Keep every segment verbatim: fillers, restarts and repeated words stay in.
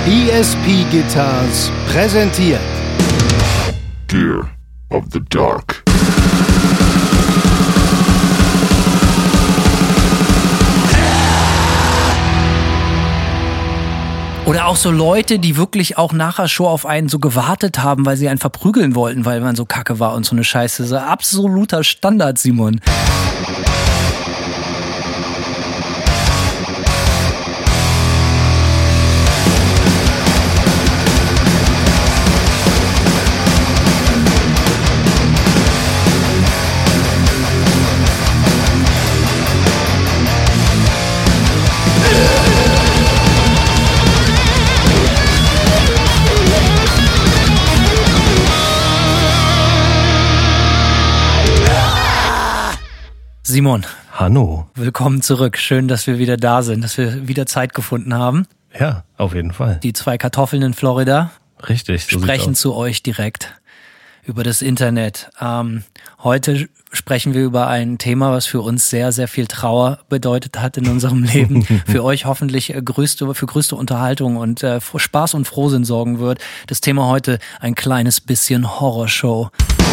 E S P Guitars präsentiert Gear of the Dark. Oder auch so Leute, die wirklich auch nach der Show auf einen so gewartet haben, weil sie einen verprügeln wollten, weil man so kacke war und so eine Scheiße. So absoluter Standard, Simon. Simon. Hanno. Willkommen zurück. Schön, dass wir wieder da sind, dass wir wieder Zeit gefunden haben. Ja, auf jeden Fall. Die zwei Kartoffeln in Florida. Richtig. So sprechen zu euch direkt über das Internet. Ähm, heute sprechen wir über ein Thema, was für uns sehr, sehr viel Trauer bedeutet hat in unserem Leben. Für euch hoffentlich größte, für größte Unterhaltung und äh, Spaß und Frohsinn sorgen wird. Das Thema heute ein kleines bisschen Horrorshow.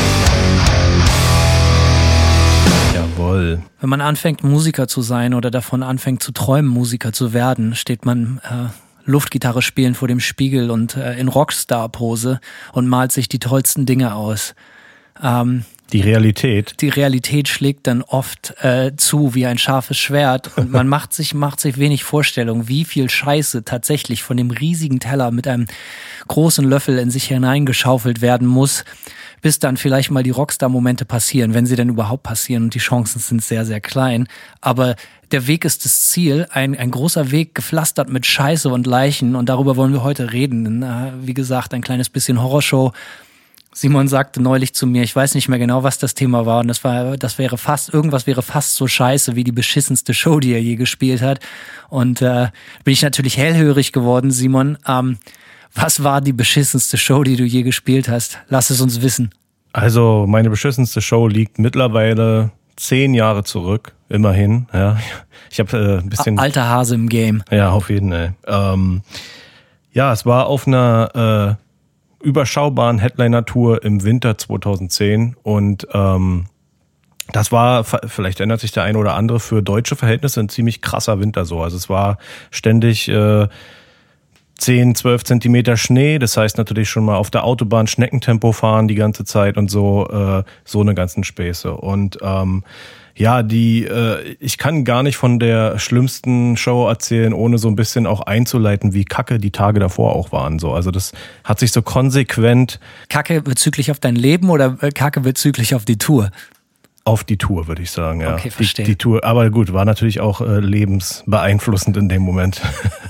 Jawohl. Wenn man anfängt, Musiker zu sein oder davon anfängt zu träumen, Musiker zu werden, steht man äh, Luftgitarre spielen vor dem Spiegel und äh, in Rockstar-Pose und malt sich die tollsten Dinge aus. Ähm, die Realität. Die Realität schlägt dann oft äh, zu wie ein scharfes Schwert und man macht sich macht sich wenig Vorstellung, wie viel Scheiße tatsächlich von dem riesigen Teller mit einem großen Löffel in sich hineingeschaufelt werden muss, bis dann vielleicht mal die Rockstar-Momente passieren, wenn sie denn überhaupt passieren, und die Chancen sind sehr, sehr klein. Aber der Weg ist das Ziel, ein, ein großer Weg, gepflastert mit Scheiße und Leichen, und darüber wollen wir heute reden. Wie gesagt, ein kleines bisschen Horrorshow. Simon sagte neulich zu mir, ich weiß nicht mehr genau, was das Thema war, und das war, das wäre fast, irgendwas wäre fast so scheiße wie die beschissenste Show, die er je gespielt hat. Und äh, bin ich natürlich hellhörig geworden, Simon. Ähm, Was war die beschissenste Show, die du je gespielt hast? Lass es uns wissen. Also meine beschissenste Show liegt mittlerweile zehn Jahre zurück, immerhin. Ja, ich habe äh, ein bisschen alter Hase im Game. Ja, auf jeden Fall. Ähm, ja, es war auf einer äh, überschaubaren Headliner-Tour im Winter zweitausendzehn und ähm, das war, vielleicht erinnert sich der eine oder andere, für deutsche Verhältnisse ein ziemlich krasser Winter so. Also es war ständig äh, zehn, zwölf Zentimeter Schnee, das heißt natürlich schon mal auf der Autobahn Schneckentempo fahren die ganze Zeit und so, äh, so eine ganzen Späße. Und ähm, ja, die, äh, ich kann gar nicht von der schlimmsten Show erzählen, ohne so ein bisschen auch einzuleiten, wie kacke die Tage davor auch waren. So, also das hat sich so konsequent. Kacke bezüglich auf dein Leben oder Kacke bezüglich auf die Tour? Auf die Tour, würde ich sagen, ja. Okay, verstehe. Die, die Tour, aber gut, war natürlich auch äh, lebensbeeinflussend in dem Moment.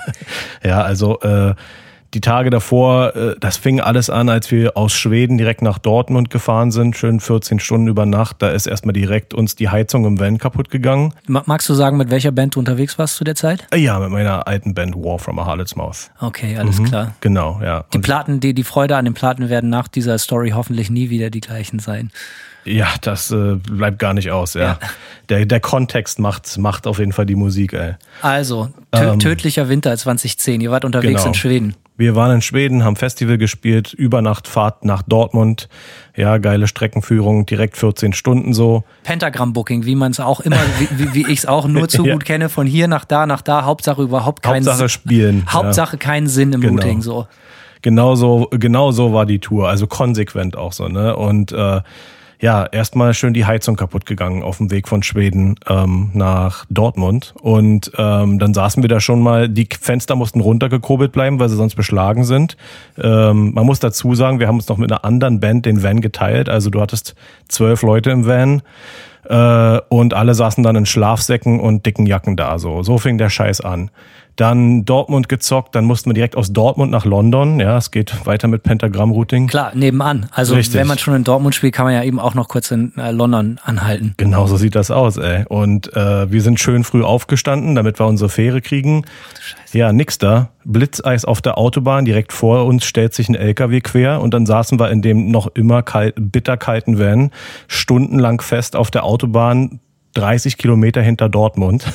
Ja, also äh, die Tage davor, äh, das fing alles an, als wir aus Schweden direkt nach Dortmund gefahren sind, schön vierzehn Stunden über Nacht. Da ist erstmal direkt uns die Heizung im Van kaputt gegangen. Magst du sagen, mit welcher Band du unterwegs warst zu der Zeit? Ja, mit meiner alten Band War from a Harlot's Mouth. Okay, alles mhm, klar. Genau, ja. Die Platten, die, die Freude an den Platten werden nach dieser Story hoffentlich nie wieder die gleichen sein. Ja, das äh, bleibt gar nicht aus, ja. ja. Der, der Kontext macht, macht auf jeden Fall die Musik, ey. Also, tö- ähm, tödlicher Winter zweitausendzehn, ihr wart unterwegs genau. in Schweden. Wir waren in Schweden, haben Festival gespielt, Übernachtfahrt nach Dortmund. Ja, geile Streckenführung, direkt vierzehn Stunden so. Pentagram-Booking, wie man es auch immer, wie, wie ich es auch nur zu ja. gut kenne, von hier nach da, nach da, Hauptsache überhaupt keinen Hauptsache spielen. Hauptsache ja. keinen Sinn im genau. Routing, so. Genau so, genau so war die Tour, also konsequent auch so, ne, und äh, ja, erstmal schön die Heizung kaputt gegangen auf dem Weg von Schweden ähm, nach Dortmund. Und ähm, dann saßen wir da schon mal, die Fenster mussten runtergekurbelt bleiben, weil sie sonst beschlagen sind. Ähm, man muss dazu sagen, wir haben uns noch mit einer anderen Band den Van geteilt. Also du hattest zwölf Leute im Van äh, und alle saßen dann in Schlafsäcken und dicken Jacken da. So, so fing der Scheiß an. Dann Dortmund gezockt, dann mussten wir direkt aus Dortmund nach London. Ja, es geht weiter mit Pentagramm-Routing. Klar, nebenan. Also Richtig. Wenn man schon in Dortmund spielt, kann man ja eben auch noch kurz in äh, London anhalten. Genau, so sieht das aus, ey. Und äh, wir sind schön früh aufgestanden, damit wir unsere Fähre kriegen. Ach du Scheiße. Ja, nix da. Blitzeis auf der Autobahn, direkt vor uns stellt sich ein L K W quer und dann saßen wir in dem noch immer kalt, bitterkalten Van stundenlang fest auf der Autobahn, dreißig Kilometer hinter Dortmund.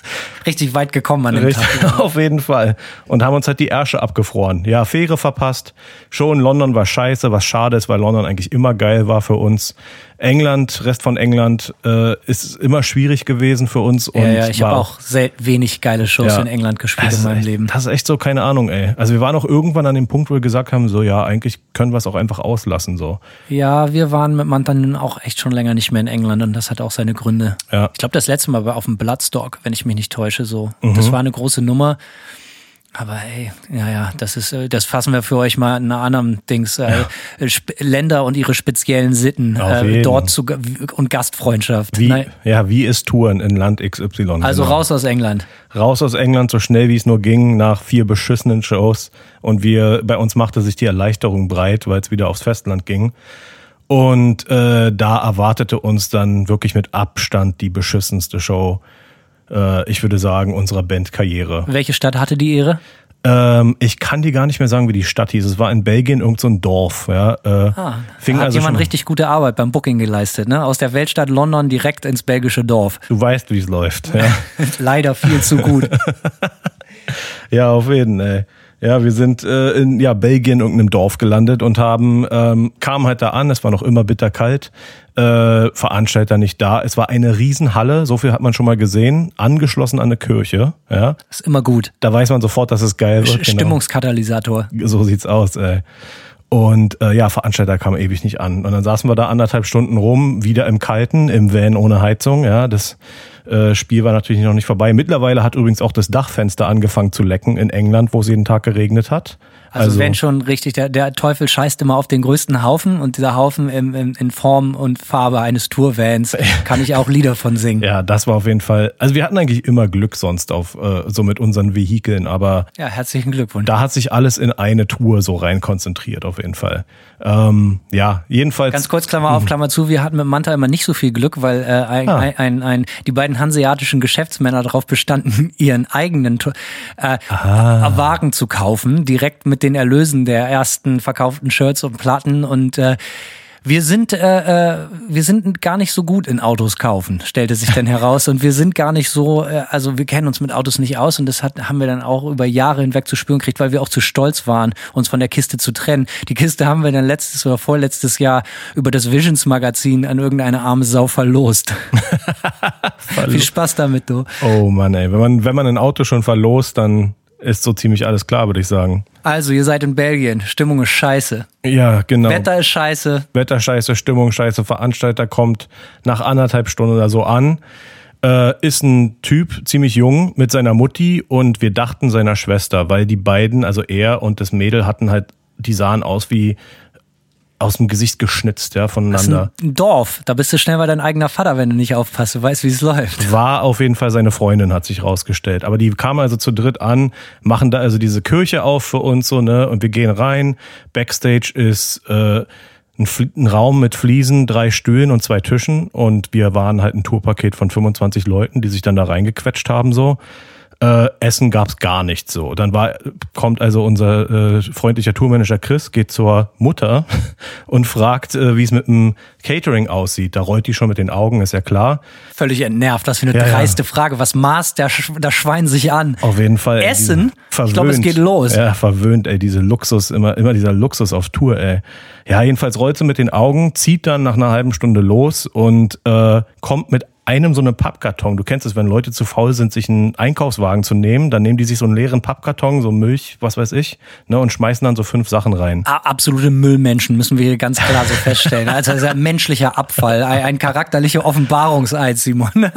Richtig weit gekommen an dem Richtig, Tag. auf jeden Fall. Und haben uns halt die Ärsche abgefroren. Ja, Fähre verpasst. Schon London war scheiße, was schade ist, weil London eigentlich immer geil war für uns. England, Rest von England, äh, ist immer schwierig gewesen für uns. Und ja, ja, ich war habe auch sehr wenig geile Shows ja, in England gespielt das in meinem echt, Leben. Das ist echt so, keine Ahnung, ey. Also wir waren auch irgendwann an dem Punkt, wo wir gesagt haben, so ja, eigentlich können wir es auch einfach auslassen, so. Ja, wir waren mit Manta nun auch echt schon länger nicht mehr in England und das hat auch seine Gründe. Ja. Ich glaube, das letzte Mal war auf dem Bloodstock, wenn ich mich nicht täusche, so. Mhm. Das war eine große Nummer. Aber ey, ja, ja, das ist, das fassen wir für euch mal in einer anderen Dings, äh, Ja. Sp- Länder und ihre speziellen Sitten, Auf äh, jeden. dort zu, und Gastfreundschaft. Wie, Nein, ja, wie ist Touren in Land X Y? also genau. raus aus England. Raus aus England, so schnell wie es nur ging, nach vier beschissenen Shows. Und wir, bei uns machte sich die Erleichterung breit, weil es wieder aufs Festland ging. Und äh, da erwartete uns dann wirklich mit Abstand die beschissenste Show, äh, ich würde sagen, unserer Bandkarriere. Welche Stadt hatte die Ehre? Ähm, ich kann dir gar nicht mehr sagen, wie die Stadt hieß. Es war in Belgien irgend so ein Dorf. Ja, äh, Ah, fing hat also jemand schon, richtig gute Arbeit beim Booking geleistet, ne? Aus der Weltstadt London direkt ins belgische Dorf. Du weißt, wie es läuft. Ja, Leider viel zu gut. ja auf jeden Fall. Ja, wir sind äh, in ja, Belgien, irgendeinem Dorf gelandet und haben, ähm, kamen halt da an, es war noch immer bitterkalt, äh, Veranstalter nicht da. Es war eine Riesenhalle, so viel hat man schon mal gesehen, angeschlossen an eine Kirche. Ja, Ist immer gut. da weiß man sofort, dass es geil wird. Sch- Stimmungskatalysator. Genau. So sieht's aus, ey. Und äh, ja, Veranstalter kamen ewig nicht an. Und dann saßen wir da anderthalb Stunden rum, wieder im Kalten, im Van ohne Heizung. Ja, das äh, Spiel war natürlich noch nicht vorbei. Mittlerweile hat übrigens auch das Dachfenster angefangen zu lecken in England, wo es jeden Tag geregnet hat. Also, Also- wenn schon richtig, der, der Teufel scheißt immer auf den größten Haufen und dieser Haufen im, im, in Form und Farbe eines Tourvans kann ich auch Lieder von singen. Ja, das war auf jeden Fall. Also wir hatten eigentlich immer Glück sonst auf äh, so mit unseren Vehikeln, aber Ja, herzlichen Glückwunsch. da hat sich alles in eine Tour so rein konzentriert auf jeden Fall. Ähm, ja, jedenfalls. Ganz kurz, Klammer auf, Klammer zu, wir hatten mit Manta immer nicht so viel Glück, weil äh, ein, Ah. ein, ein, ein, die beiden hanseatischen Geschäftsmänner darauf bestanden, ihren eigenen äh, Wagen zu kaufen, direkt mit den Erlösen der ersten verkauften Shirts und Platten und äh, wir sind äh, äh, wir sind gar nicht so gut in Autos kaufen, stellte sich dann heraus und wir sind gar nicht so, äh, also wir kennen uns mit Autos nicht aus und das hat, haben wir dann auch über Jahre hinweg zu spüren gekriegt, weil wir auch zu stolz waren, uns von der Kiste zu trennen. Die Kiste haben wir dann letztes oder vorletztes Jahr über das Visions Magazin an irgendeine arme Sau verlost. Viel Spaß damit, du. Oh Mann, ey, wenn man wenn man ein Auto schon verlost, dann ist so ziemlich alles klar, würde ich sagen. Also, ihr seid in Belgien, Stimmung ist scheiße. Ja, genau. Wetter ist scheiße. Wetter scheiße, Stimmung scheiße, Veranstalter kommt nach anderthalb Stunden oder so an, äh, ist ein Typ, ziemlich jung, mit seiner Mutti und wir dachten seiner Schwester, weil die beiden, also er und das Mädel, hatten halt, die sahen aus wie aus dem Gesicht geschnitzt, ja, Das ist voneinander. ein Dorf, da bist du schnell bei dein eigener Vater, wenn du nicht aufpasst, du weißt, wie es läuft. War auf jeden Fall seine Freundin, hat sich rausgestellt. Aber die kamen also zu dritt an, machen da also diese Kirche auf für uns so, ne? Und wir gehen rein. Backstage ist äh, ein, Fl- ein Raum mit Fliesen, drei Stühlen und zwei Tischen. Und wir waren halt ein Tourpaket von fünfundzwanzig Leuten, die sich dann da reingequetscht haben so. Äh, Essen gab's gar nicht so. Dann war, kommt also unser äh, freundlicher Tourmanager Chris, geht zur Mutter und fragt, äh, wie es mit dem Catering aussieht. Da rollt die schon mit den Augen, ist ja klar. Völlig entnervt, was für eine Ja, ja. dreiste Frage. Was maßt der Sch- das Schwein sich an? Auf jeden Fall. ey, Essen? diese- Ich glaube, es geht los. Ja, verwöhnt, ey, diese Luxus, immer, immer dieser Luxus auf Tour, ey. Ja, jedenfalls rollt sie mit den Augen, zieht dann nach einer halben Stunde los und äh, kommt mit einem so einen Pappkarton. Du kennst es, wenn Leute zu faul sind, sich einen Einkaufswagen zu nehmen, dann nehmen die sich so einen leeren Pappkarton, so Milch, was weiß ich, ne, und schmeißen dann so fünf Sachen rein. A- Absolute Müllmenschen, müssen wir hier ganz klar so feststellen. Also das ist ein menschlicher Abfall, ein, ein charakterlicher Offenbarungseid, Simon.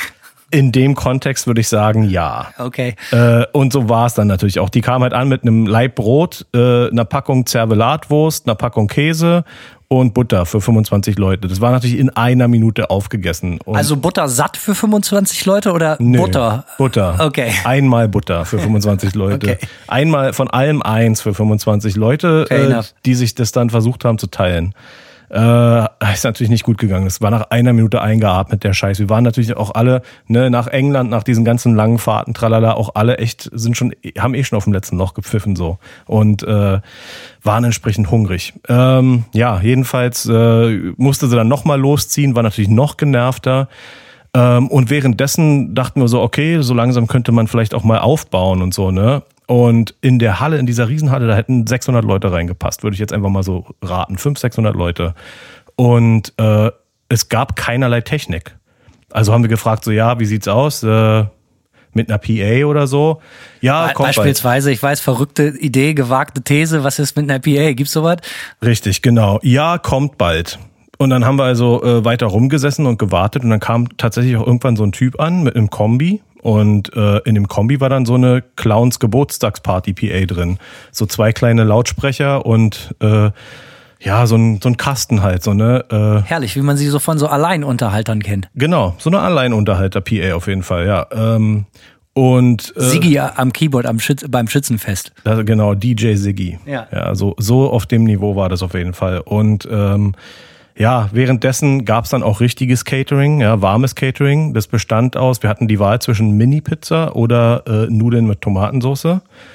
In dem Kontext würde ich sagen, ja. Okay. Äh, und so war es dann natürlich auch. Die kam halt an mit einem Laib Brot, äh, einer Packung Zervelatwurst, einer Packung Käse und Butter für fünfundzwanzig Leute. Das war natürlich in einer Minute aufgegessen. Und Also Butter satt für fünfundzwanzig Leute oder Nö, Butter? Butter. Okay. Einmal Butter für fünfundzwanzig Leute. Okay. Einmal von allem eins für fünfundzwanzig Leute, Fair äh, enough. die sich das dann versucht haben zu teilen. Äh, ist natürlich nicht gut gegangen. Es war nach einer Minute eingeatmet, der Scheiß. Wir waren natürlich auch alle, ne, nach England, nach diesen ganzen langen Fahrten, tralala, auch alle echt, sind schon, haben eh schon auf dem letzten Loch gepfiffen, so. Und, äh, waren entsprechend hungrig. Ähm, ja, jedenfalls, äh, musste sie dann nochmal losziehen, war natürlich noch genervter. Ähm, und währenddessen dachten wir so, okay, so langsam könnte man vielleicht auch mal aufbauen und so, ne? Und in der Halle, in dieser Riesenhalle, da hätten sechshundert Leute reingepasst, würde ich jetzt einfach mal so raten. fünfhundert, sechshundert Leute. Und äh, es gab keinerlei Technik. Also haben wir gefragt, so ja, wie sieht's aus? Äh, mit einer P A oder so? Ja, Be- kommt Beispielsweise, bald. Ich weiß, verrückte Idee, gewagte These, was ist mit einer P A? Gibt's sowas? Richtig, genau. Ja, kommt bald. Und dann haben wir also äh, weiter rumgesessen und gewartet und dann kam tatsächlich auch irgendwann so ein Typ an mit einem Kombi. Und äh, in dem Kombi war dann so eine Clowns-Geburtstagsparty-P A drin. So zwei kleine Lautsprecher und äh, ja, so ein, so ein Kasten halt. So eine, äh, Herrlich, wie man sie so von so Alleinunterhaltern kennt. Genau, so eine Alleinunterhalter-P A auf jeden Fall, ja. Ähm, und äh, Siggi am Keyboard am Schütz, beim Schützenfest. Das, genau, D J Siggi. Ja. Ja, so, so auf dem Niveau war das auf jeden Fall. Und ähm, ja, währenddessen gab es dann auch richtiges Catering, ja, warmes Catering. Das bestand aus, wir hatten die Wahl zwischen Mini-Pizza oder äh, Nudeln mit Tomatensauce.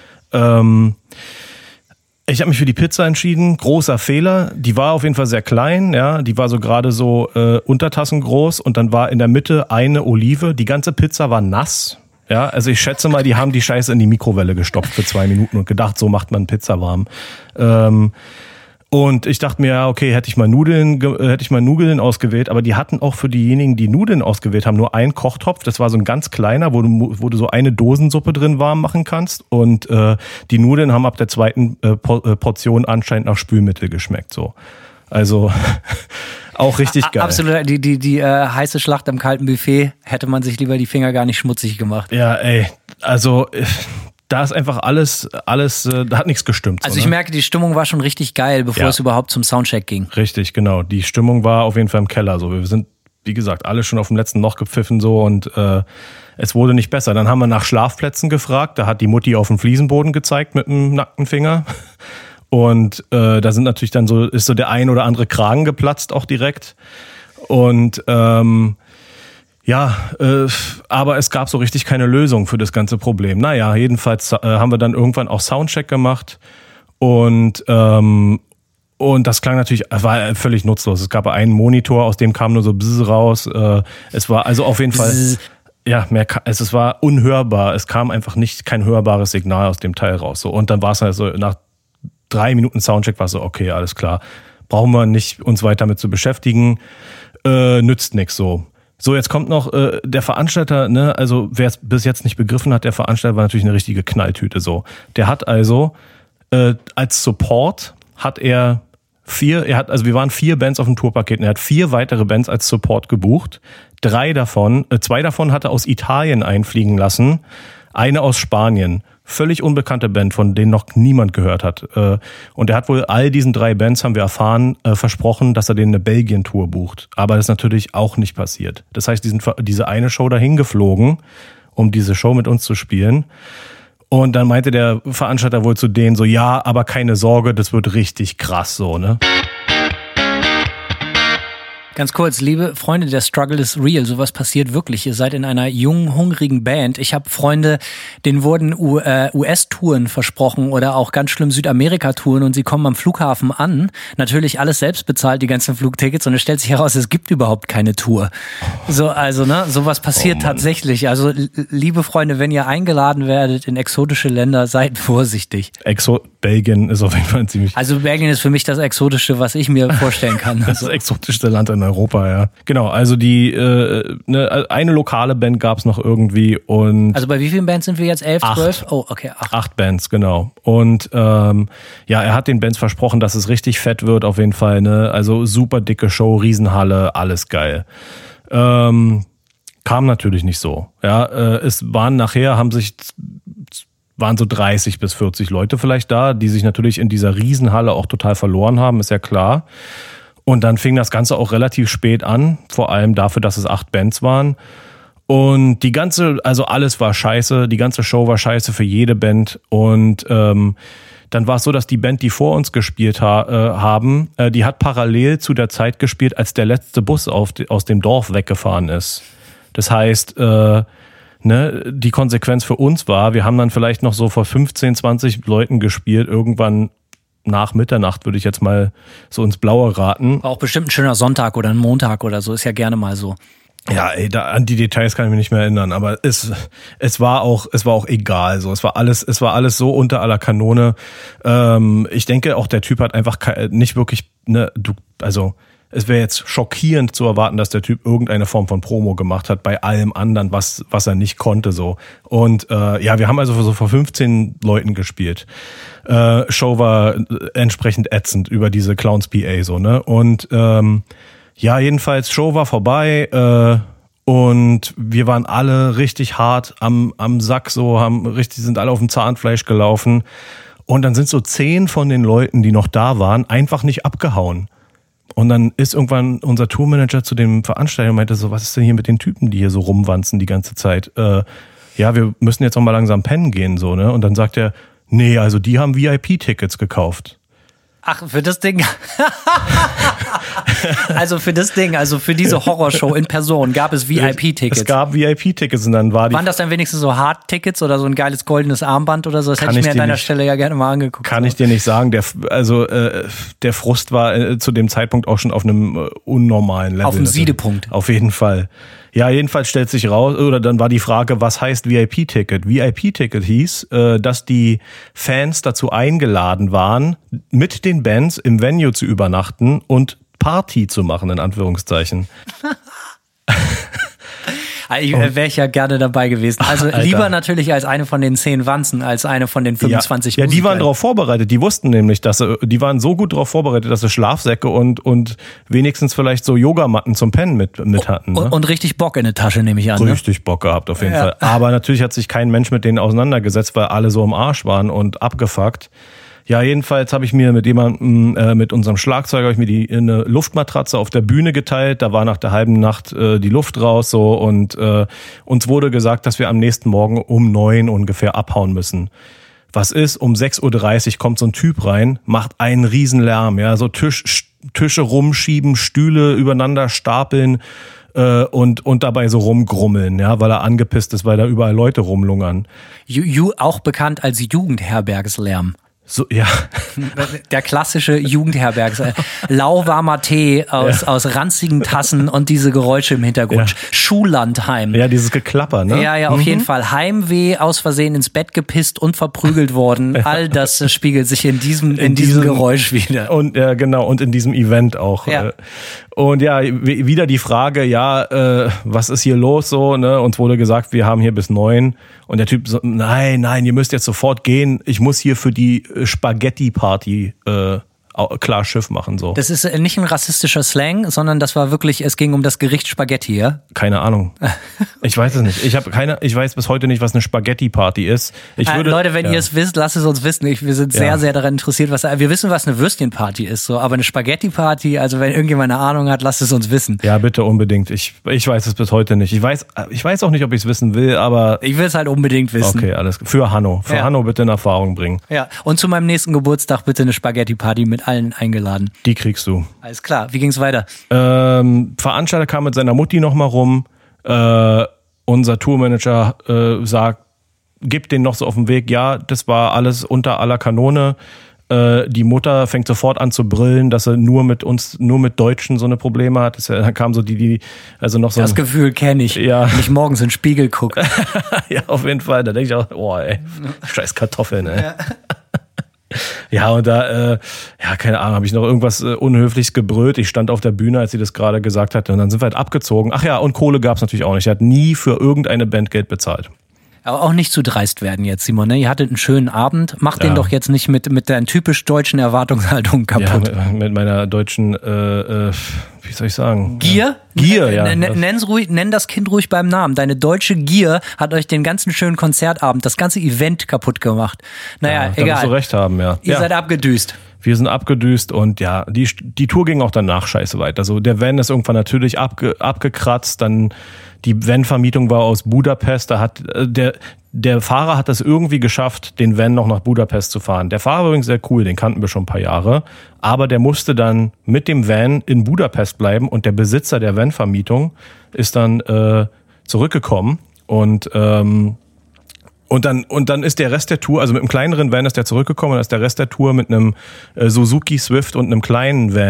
Ähm, ich habe mich für die Pizza entschieden. Großer Fehler. Die war auf jeden Fall sehr klein, ja. Die war so gerade so äh, Untertassen groß und dann war in der Mitte eine Olive. Die ganze Pizza war nass. Ja, also ich schätze mal, die haben die Scheiße in die Mikrowelle gestopft für zwei Minuten und gedacht, so macht man Pizza warm. Ähm, Und ich dachte mir, ja, okay, hätte ich mal Nudeln, hätte ich mal Nudeln ausgewählt, aber die hatten auch für diejenigen, die Nudeln ausgewählt haben, nur einen Kochtopf. Das war so ein ganz kleiner, wo du, wo du so eine Dosensuppe drin warm machen kannst. Und äh, die Nudeln haben ab der zweiten äh, Portion anscheinend nach Spülmittel geschmeckt. So, also auch richtig geil. Absolut, die die die äh, heiße Schlacht am kalten Buffet hätte man sich lieber die Finger gar nicht schmutzig gemacht. Ja, ey, also äh, da ist einfach alles, alles, äh, da hat nichts gestimmt. So, also ich ne? merke, die Stimmung war schon richtig geil, bevor Ja. es überhaupt zum Soundcheck ging. Richtig, genau. Die Stimmung war auf jeden Fall im Keller. So, wir sind, wie gesagt, alle schon auf dem letzten Loch gepfiffen so und äh, es wurde nicht besser. Dann haben wir nach Schlafplätzen gefragt. Da hat die Mutti auf den Fliesenboden gezeigt mit dem nackten Finger. Und äh, da sind natürlich dann so, ist so der ein oder andere Kragen geplatzt auch direkt. Und ähm, ja, äh, aber es gab so richtig keine Lösung für das ganze Problem. Naja, jedenfalls äh, haben wir dann irgendwann auch Soundcheck gemacht und ähm, und das klang natürlich, war völlig nutzlos. Es gab einen Monitor, aus dem kam nur so Bzzz raus. Äh, es war also auf jeden Fall, ja, mehr, es, es war unhörbar. Es kam einfach nicht kein hörbares Signal aus dem Teil raus. So. Und dann war es halt so, nach drei Minuten Soundcheck war es so, okay, alles klar. Brauchen wir nicht uns weiter damit zu beschäftigen. Äh, nützt nichts so. So, jetzt kommt noch äh, der Veranstalter, ne, also wer es bis jetzt nicht begriffen hat, der Veranstalter war natürlich eine richtige Knalltüte so. Der hat also äh, als Support hat er vier, er hat, also wir waren vier Bands auf dem Tourpaket und er hat vier weitere Bands als Support gebucht. Drei davon, äh, zwei davon hat er aus Italien einfliegen lassen, eine aus Spanien. Völlig unbekannte Band, von denen noch niemand gehört hat. Und er hat wohl all diesen drei Bands, haben wir erfahren, versprochen, dass er denen eine Belgien-Tour bucht. Aber das ist natürlich auch nicht passiert. Das heißt, die sind diese eine Show dahin geflogen, um diese Show mit uns zu spielen. Und dann meinte der Veranstalter wohl zu denen so, ja, aber keine Sorge, das wird richtig krass so, ne? Ganz kurz, liebe Freunde, der Struggle is real. Sowas passiert wirklich. Ihr seid in einer jungen, hungrigen Band. Ich habe Freunde, denen wurden U S-Touren versprochen oder auch ganz schlimm Südamerika-Touren und sie kommen am Flughafen an. Natürlich alles selbst bezahlt, die ganzen Flugtickets, und es stellt sich heraus, es gibt überhaupt keine Tour. So, also, ne, sowas passiert oh tatsächlich. Also, liebe Freunde, wenn ihr eingeladen werdet in exotische Länder, seid vorsichtig. Exo Belgien ist auf jeden Fall ziemlich... Also, Belgien ist für mich das Exotische, was ich mir vorstellen kann. Das ist das exotischste Land in Europa, ja. Genau, also die äh, ne, eine lokale Band gab's noch irgendwie und... Also bei wie vielen Bands sind wir jetzt? Elf, acht. zwölf? Oh, okay, acht. Acht Bands, genau. Und ähm, ja, er hat den Bands versprochen, dass es richtig fett wird auf jeden Fall, ne? Also super dicke Show, Riesenhalle, alles geil. Ähm, kam natürlich nicht so. Ja, äh, es waren nachher, haben sich... waren so dreißig bis vierzig Leute vielleicht da, die sich natürlich in dieser Riesenhalle auch total verloren haben, ist ja klar. Und dann fing das Ganze auch relativ spät an, vor allem dafür, dass es acht Bands waren. Und die ganze, also alles war scheiße, die ganze Show war scheiße für jede Band. Und ähm, dann war es so, dass die Band, die vor uns gespielt ha- äh, haben, äh, die hat parallel zu der Zeit gespielt, als der letzte Bus auf die, aus dem Dorf weggefahren ist. Das heißt, äh, ne, die Konsequenz für uns war, wir haben dann vielleicht noch so vor fünfzehn, zwanzig Leuten gespielt, irgendwann nach Mitternacht, würde ich jetzt mal so ins Blaue raten. Auch bestimmt ein schöner Sonntag oder ein Montag oder so, ist ja gerne mal so. Ja, ey, da, an die Details kann ich mich nicht mehr erinnern, aber es, es war auch, es war auch egal, so. Es war alles, es war alles so unter aller Kanone. Ähm, ich denke auch, der Typ hat einfach nicht wirklich, ne, du, also, es wäre jetzt schockierend zu erwarten, dass der Typ irgendeine Form von Promo gemacht hat bei allem anderen, was, was er nicht konnte, so. Und, äh, ja, wir haben also so vor fünfzehn Leuten gespielt. Äh, Show war entsprechend ätzend über diese Clowns P A, so, ne, und, ähm, ja, jedenfalls, Show war vorbei äh, und wir waren alle richtig hart am am Sack, so haben richtig sind alle auf dem Zahnfleisch gelaufen und dann sind so zehn von den Leuten, die noch da waren, einfach nicht abgehauen. Und dann ist irgendwann unser Tourmanager zu dem Veranstalter und meinte so, was ist denn hier mit den Typen, die hier so rumwanzen die ganze Zeit? Äh, ja, wir müssen jetzt noch mal langsam pennen gehen, so, ne? Und dann sagt er, nee, also die haben V I P-Tickets gekauft. Ach, für das Ding. Also für das Ding, also für diese Horrorshow in Person gab es V I P-Tickets. Es gab V I P-Tickets und dann war die... Waren das dann wenigstens so Hard-Tickets oder so ein geiles goldenes Armband oder so? Das hätte ich mir an deiner nicht, Stelle ja gerne mal angeguckt. Kann so. Ich dir nicht sagen. Der, also äh, der Frust war äh, zu dem Zeitpunkt auch schon auf einem äh, unnormalen Level. Auf einem Siedepunkt. Auf jeden Fall. Ja, jedenfalls stellt sich raus, oder dann war die Frage, was heißt V I P-Ticket? V I P-Ticket hieß, äh, dass die Fans dazu eingeladen waren, mit den Bands im Venue zu übernachten und Party zu machen, in Anführungszeichen. Wäre ich ja gerne dabei gewesen. Also Alter. Lieber natürlich als eine von den zehn Wanzen, als eine von den fünfundzwanzig Ja, ja die waren darauf vorbereitet. Die wussten nämlich, dass sie, die waren so gut darauf vorbereitet, dass sie Schlafsäcke und, und wenigstens vielleicht so Yogamatten zum Pennen mit, mit hatten. Ne? Und, und richtig Bock in der Tasche, nehme ich an. Richtig ne? Bock gehabt, auf jeden ja. Fall. Aber natürlich hat sich kein Mensch mit denen auseinandergesetzt, weil alle so im Arsch waren und abgefuckt. Ja, jedenfalls habe ich mir mit jemandem, äh, mit unserem Schlagzeuger, habe ich mir die eine Luftmatratze auf der Bühne geteilt. Da war nach der halben Nacht äh, die Luft raus, so, und äh, uns wurde gesagt, dass wir am nächsten Morgen um neun ungefähr abhauen müssen. Was ist? Um sechs Uhr dreißig kommt so ein Typ rein, macht einen Riesenlärm, ja, so Tisch, Tische rumschieben, Stühle übereinander stapeln äh, und und dabei so rumgrummeln, ja, weil er angepisst ist, weil da überall Leute rumlungern. Ju, ju, auch bekannt als Jugendherbergslärm. So, ja. Der klassische Jugendherbergs. Lauwarmer Tee aus, ja. aus ranzigen Tassen und diese Geräusche im Hintergrund. Ja. Schullandheim. Ja, dieses Geklapper, ne? Ja, ja, auf mhm. jeden Fall. Heimweh, aus Versehen ins Bett gepisst und verprügelt worden. All das spiegelt sich in diesem, in, in diesem, diesem Geräusch wieder. Und, ja, genau, und in diesem Event auch. Ja. Und ja, wieder die Frage, ja, äh, was ist hier los, so, ne? Uns wurde gesagt, wir haben hier bis neun. Und der Typ so, nein, nein, ihr müsst jetzt sofort gehen. Ich muss hier für die Spaghetti-Party äh, klar Schiff machen, so. Das ist nicht ein rassistischer Slang, sondern das war wirklich, es ging um das Gericht Spaghetti, ja? Keine Ahnung. Ich weiß es nicht. Ich habe keine, ich weiß bis heute nicht, was eine Spaghetti-Party ist. Ich würde, äh, Leute, wenn ja. ihr es wisst, lasst es uns wissen. Ich, wir sind sehr, ja. sehr daran interessiert, was, wir wissen, was eine Würstchenparty ist, so, aber eine Spaghetti-Party, also wenn irgendjemand eine Ahnung hat, lasst es uns wissen. Ja, bitte unbedingt. Ich, ich weiß es bis heute nicht. Ich weiß, ich weiß auch nicht, ob ich es wissen will, aber. Ich will es halt unbedingt wissen. Okay, alles. Für Hanno. Für ja. Hanno bitte in Erfahrung bringen. Ja. Und zu meinem nächsten Geburtstag bitte eine Spaghetti-Party mit allen eingeladen. Die kriegst du. Alles klar. Wie ging's weiter? Ähm, Veranstalter kam mit seiner Mutti nochmal rum. Äh, unser Tourmanager äh, sagt, gibt den noch so auf den Weg. Ja, das war alles unter aller Kanone. Äh, die Mutter fängt sofort an zu brüllen, dass er nur mit uns, nur mit Deutschen so eine Probleme hat. Das, da kam so die, die, also noch so. Das ein, Gefühl kenne ich. Ja. Wenn ich morgens in den Spiegel gucke. Ja, auf jeden Fall. Da denke ich auch, oh, ey, scheiß Kartoffeln, ey. Ja. Ja, und da, äh, ja, keine Ahnung, habe ich noch irgendwas äh, Unhöfliches gebrüllt. Ich stand auf der Bühne, als sie das gerade gesagt hatte. Und dann sind wir halt abgezogen. Ach ja, und Kohle gab's natürlich auch nicht. Er hat nie für irgendeine Band Geld bezahlt. Aber auch nicht zu dreist werden jetzt, Simon. Ne? Ihr hattet einen schönen Abend. Macht Ja. den doch jetzt nicht mit, mit deiner typisch deutschen Erwartungshaltung kaputt. Ja, mit, mit meiner deutschen, äh, äh, wie soll ich sagen? Gier? Gier, ja. N- n- nenn's ruhig, nenn das Kind ruhig beim Namen. Deine deutsche Gier hat euch den ganzen schönen Konzertabend, das ganze Event kaputt gemacht. Naja, Ja, da egal. wirst du recht haben, ja. Ihr ja. seid abgedüst. Wir sind abgedüst und ja, die, die Tour ging auch danach scheiße weiter. Also der Van ist irgendwann natürlich abge, abgekratzt, dann die Van-Vermietung war aus Budapest, da hat äh, der der Fahrer hat das irgendwie geschafft, den Van noch nach Budapest zu fahren. Der Fahrer war übrigens sehr cool, den kannten wir schon ein paar Jahre, aber der musste dann mit dem Van in Budapest bleiben und der Besitzer der Van-Vermietung ist dann äh, zurückgekommen und ähm, Und dann, und dann ist der Rest der Tour, also mit einem kleineren Van ist der zurückgekommen, und dann ist der Rest der Tour mit einem äh, Suzuki Swift und einem kleinen Van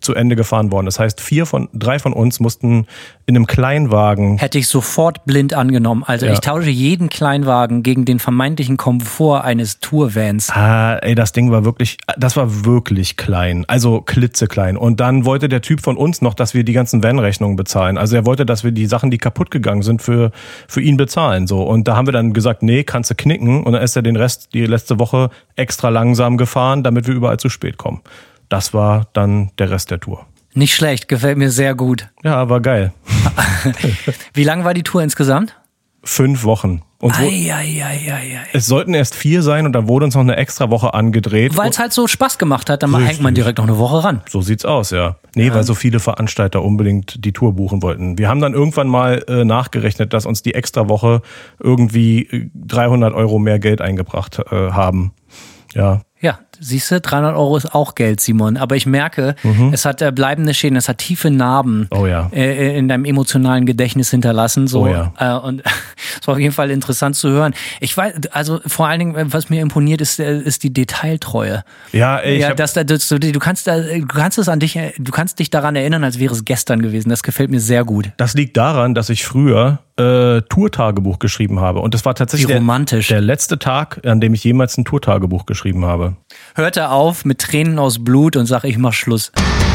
zu Ende gefahren worden. Das heißt, vier von, drei von uns mussten in einem Kleinwagen. Hätte ich sofort blind angenommen. Also Ja. ich tausche jeden Kleinwagen gegen den vermeintlichen Komfort eines Tourvans. Ah, ey, das Ding war wirklich, das war wirklich klein, also klitzeklein. Und dann wollte der Typ von uns noch, dass wir die ganzen Van-Rechnungen bezahlen. Also er wollte, dass wir die Sachen, die kaputt gegangen sind, für, für ihn bezahlen. So. Und da haben wir dann gesagt, nee, kannst du knicken. Und dann ist er den Rest, die letzte Woche extra langsam gefahren, damit wir überall zu spät kommen. Das war dann der Rest der Tour. Nicht schlecht, gefällt mir sehr gut. Ja, war geil. Wie lang war die Tour insgesamt? Fünf Wochen. Und so, Ei, ei, ei, ei, ei. es sollten erst vier sein und dann wurde uns noch eine extra Woche angedreht. Weil es halt so Spaß gemacht hat, dann Richtig. hängt man direkt noch eine Woche ran. So sieht's aus, ja. Nee, Ja. weil so viele Veranstalter unbedingt die Tour buchen wollten. Wir haben dann irgendwann mal äh, nachgerechnet, dass uns die extra Woche irgendwie äh, dreihundert Euro mehr Geld eingebracht äh, haben. Ja. Ja, siehst du, dreihundert Euro ist auch Geld, Simon. Aber ich merke, es hat äh, bleibende Schäden, es hat tiefe Narben Oh ja. äh, in deinem emotionalen Gedächtnis hinterlassen. So. Oh ja. Äh, und es war auf jeden Fall interessant zu hören. Ich weiß, also vor allen Dingen, was mir imponiert, ist, äh, ist die Detailtreue. Ja, ey, ich Ja, hab, das, das, du, du kannst da, du kannst es an dich, du kannst dich daran erinnern, als wäre es gestern gewesen. Das gefällt mir sehr gut. das liegt daran, dass ich früher äh, Tourtagebuch geschrieben habe. Und das war tatsächlich Wie der, romantisch. der letzte Tag, an dem ich jemals ein Tourtagebuch geschrieben habe. Hörte auf mit Tränen aus Blut und sag, ich mach Schluss.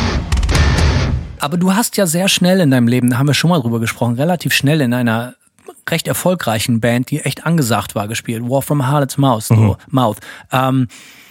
Aber du hast ja sehr schnell in deinem Leben, da haben wir schon mal drüber gesprochen, relativ schnell in einer recht erfolgreichen Band, die echt angesagt war, gespielt. War from Harlot's Mouth. So, Mhm. Mouth. Ähm,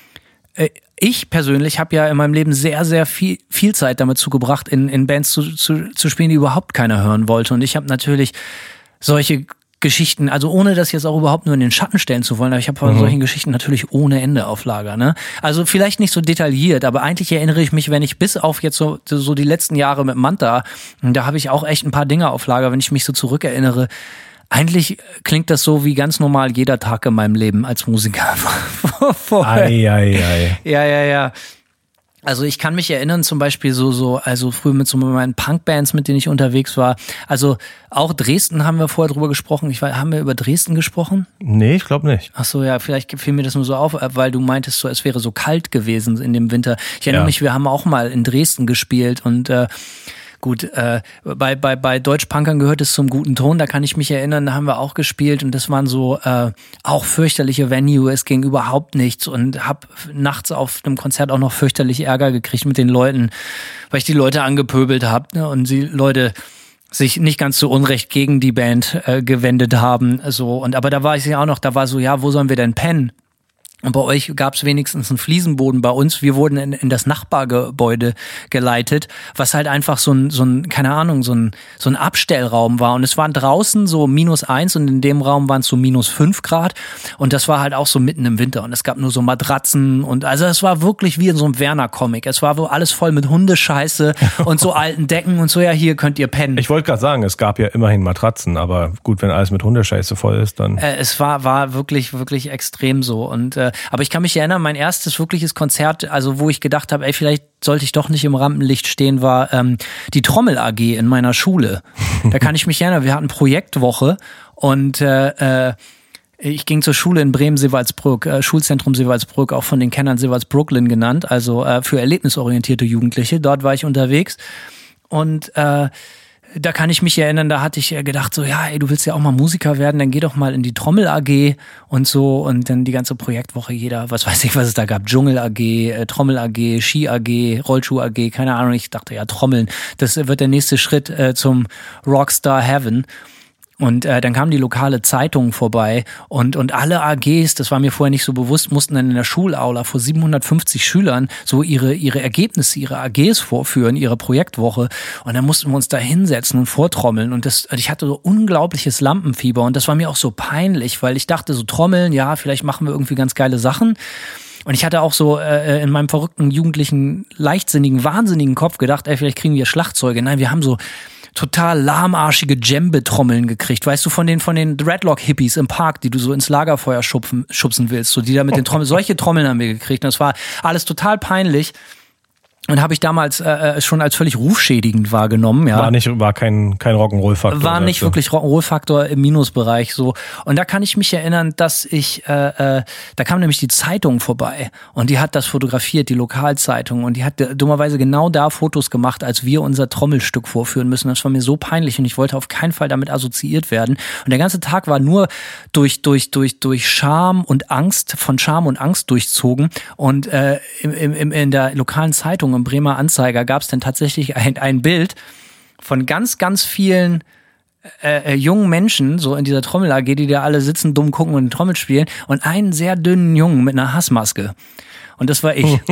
äh, ich persönlich habe ja in meinem Leben sehr, sehr viel, viel Zeit damit zugebracht, in, in Bands zu, zu, zu spielen, die überhaupt keiner hören wollte. Und ich habe natürlich solche Geschichten, also ohne das jetzt auch überhaupt nur in den Schatten stellen zu wollen, aber ich habe von Mhm. solchen Geschichten natürlich ohne Ende auf Lager. Ne? Also vielleicht nicht so detailliert, aber eigentlich erinnere ich mich, wenn ich bis auf jetzt so, so die letzten Jahre mit Manta, da habe ich auch echt ein paar Dinge auf Lager, wenn ich mich so zurückerinnere. Eigentlich klingt das so wie ganz normal jeder Tag in meinem Leben als Musiker. Vorher. Ei, ei, ei. Ja, ja, ja. Also ich kann mich erinnern zum Beispiel so, so, also früher mit so meinen Punkbands, mit denen ich unterwegs war. Also auch Dresden haben wir vorher drüber gesprochen. Ich weiß, haben wir über Dresden gesprochen? Nee, ich glaube nicht. Ach so, ja, vielleicht fiel mir das nur so auf, weil du meintest so, es wäre so kalt gewesen in dem Winter. Ich erinnere Ja. mich, wir haben auch mal in Dresden gespielt und äh, gut, äh, bei, bei, bei Deutschpunkern gehört es zum guten Ton, da kann ich mich erinnern, da haben wir auch gespielt und das waren so äh, auch fürchterliche Venue, es ging überhaupt nichts und hab nachts auf einem Konzert auch noch fürchterlich Ärger gekriegt mit den Leuten, weil ich die Leute angepöbelt habe, ne, und die Leute sich nicht ganz so unrecht gegen die Band äh, gewendet haben, so. Und aber da war ich ja auch noch, da war so, ja, wo sollen wir denn pennen? Und bei euch gab es wenigstens einen Fliesenboden. Bei uns, wir wurden in, in das Nachbargebäude geleitet, was halt einfach so ein, so ein, keine Ahnung, so ein, so ein Abstellraum war. Und es waren draußen so minus eins und in dem Raum waren es so minus fünf Grad. Und das war halt auch so mitten im Winter. Und es gab nur so Matratzen und also es war wirklich wie in so einem Werner-Comic. Es war wohl alles voll mit Hundescheiße und so alten Decken und so, ja, hier könnt ihr pennen. Ich wollte gerade sagen, es gab ja immerhin Matratzen, aber gut, wenn alles mit Hundescheiße voll ist, dann... Äh, es war, war wirklich, wirklich extrem so. Und äh, aber ich kann mich erinnern, mein erstes wirkliches Konzert, also wo ich gedacht habe, ey, vielleicht sollte ich doch nicht im Rampenlicht stehen, war ähm, die Trommel A G in meiner Schule. Da kann ich mich erinnern, wir hatten Projektwoche und äh, äh, ich ging zur Schule in Bremen-Seewaldsbrück, äh, Schulzentrum Seewaldsbrück, auch von den Kennern Seewalds-Brooklyn genannt, also äh, für erlebnisorientierte Jugendliche. Dort war ich unterwegs und äh, da kann ich mich erinnern, da hatte ich gedacht so, ja, ey, du willst ja auch mal Musiker werden, dann geh doch mal in die Trommel A G und so und dann die ganze Projektwoche jeder, was weiß ich, was es da gab, Dschungel A G, äh, Trommel A G, Ski A G, Rollschuh A G, keine Ahnung, ich dachte ja, Trommeln, das wird der nächste Schritt äh, zum Rockstar Heaven. Und äh, dann kam die lokale Zeitung vorbei und und alle A Gs, das war mir vorher nicht so bewusst, mussten dann in der Schulaula vor siebenhundertfünfzig Schülern so ihre ihre Ergebnisse, ihre A Gs vorführen, ihre Projektwoche. Und dann mussten wir uns da hinsetzen und vortrommeln. Und das, ich hatte so unglaubliches Lampenfieber und das war mir auch so peinlich, weil ich dachte so Trommeln, ja, vielleicht machen wir irgendwie ganz geile Sachen. Und ich hatte auch so äh, in meinem verrückten, jugendlichen, leichtsinnigen, wahnsinnigen Kopf gedacht, ey, vielleicht kriegen wir Schlagzeuge. Nein, wir haben so total lahmarschige Djembe-Trommeln gekriegt. Weißt du, von den von den Dreadlock-Hippies im Park, die du so ins Lagerfeuer schupfen, schubsen willst. So die da mit den Trommeln, solche Trommeln haben wir gekriegt. Und das war alles total peinlich. Und habe ich damals äh, schon als völlig rufschädigend wahrgenommen. Ja. War nicht, war kein, kein Rock'n'Roll-Faktor. War nicht wirklich Rock'n'Roll-Faktor im Minusbereich so. Und da kann ich mich erinnern, dass ich, äh, äh, da kam nämlich die Zeitung vorbei und die hat das fotografiert, die Lokalzeitung, und die hat dummerweise genau da Fotos gemacht, als wir unser Trommelstück vorführen müssen. Das war mir so peinlich und ich wollte auf keinen Fall damit assoziiert werden. Und der ganze Tag war nur durch durch durch durch Scham und Angst, von Scham und Angst durchzogen. Und äh, im, im, in der lokalen Zeitung im Bremer Anzeiger gab es dann tatsächlich ein, ein Bild von ganz, ganz vielen äh, äh, jungen Menschen, so in dieser Trommel-A G, die da alle sitzen, dumm gucken und Trommel spielen, und einen sehr dünnen Jungen mit einer Hassmaske. Und das war ich.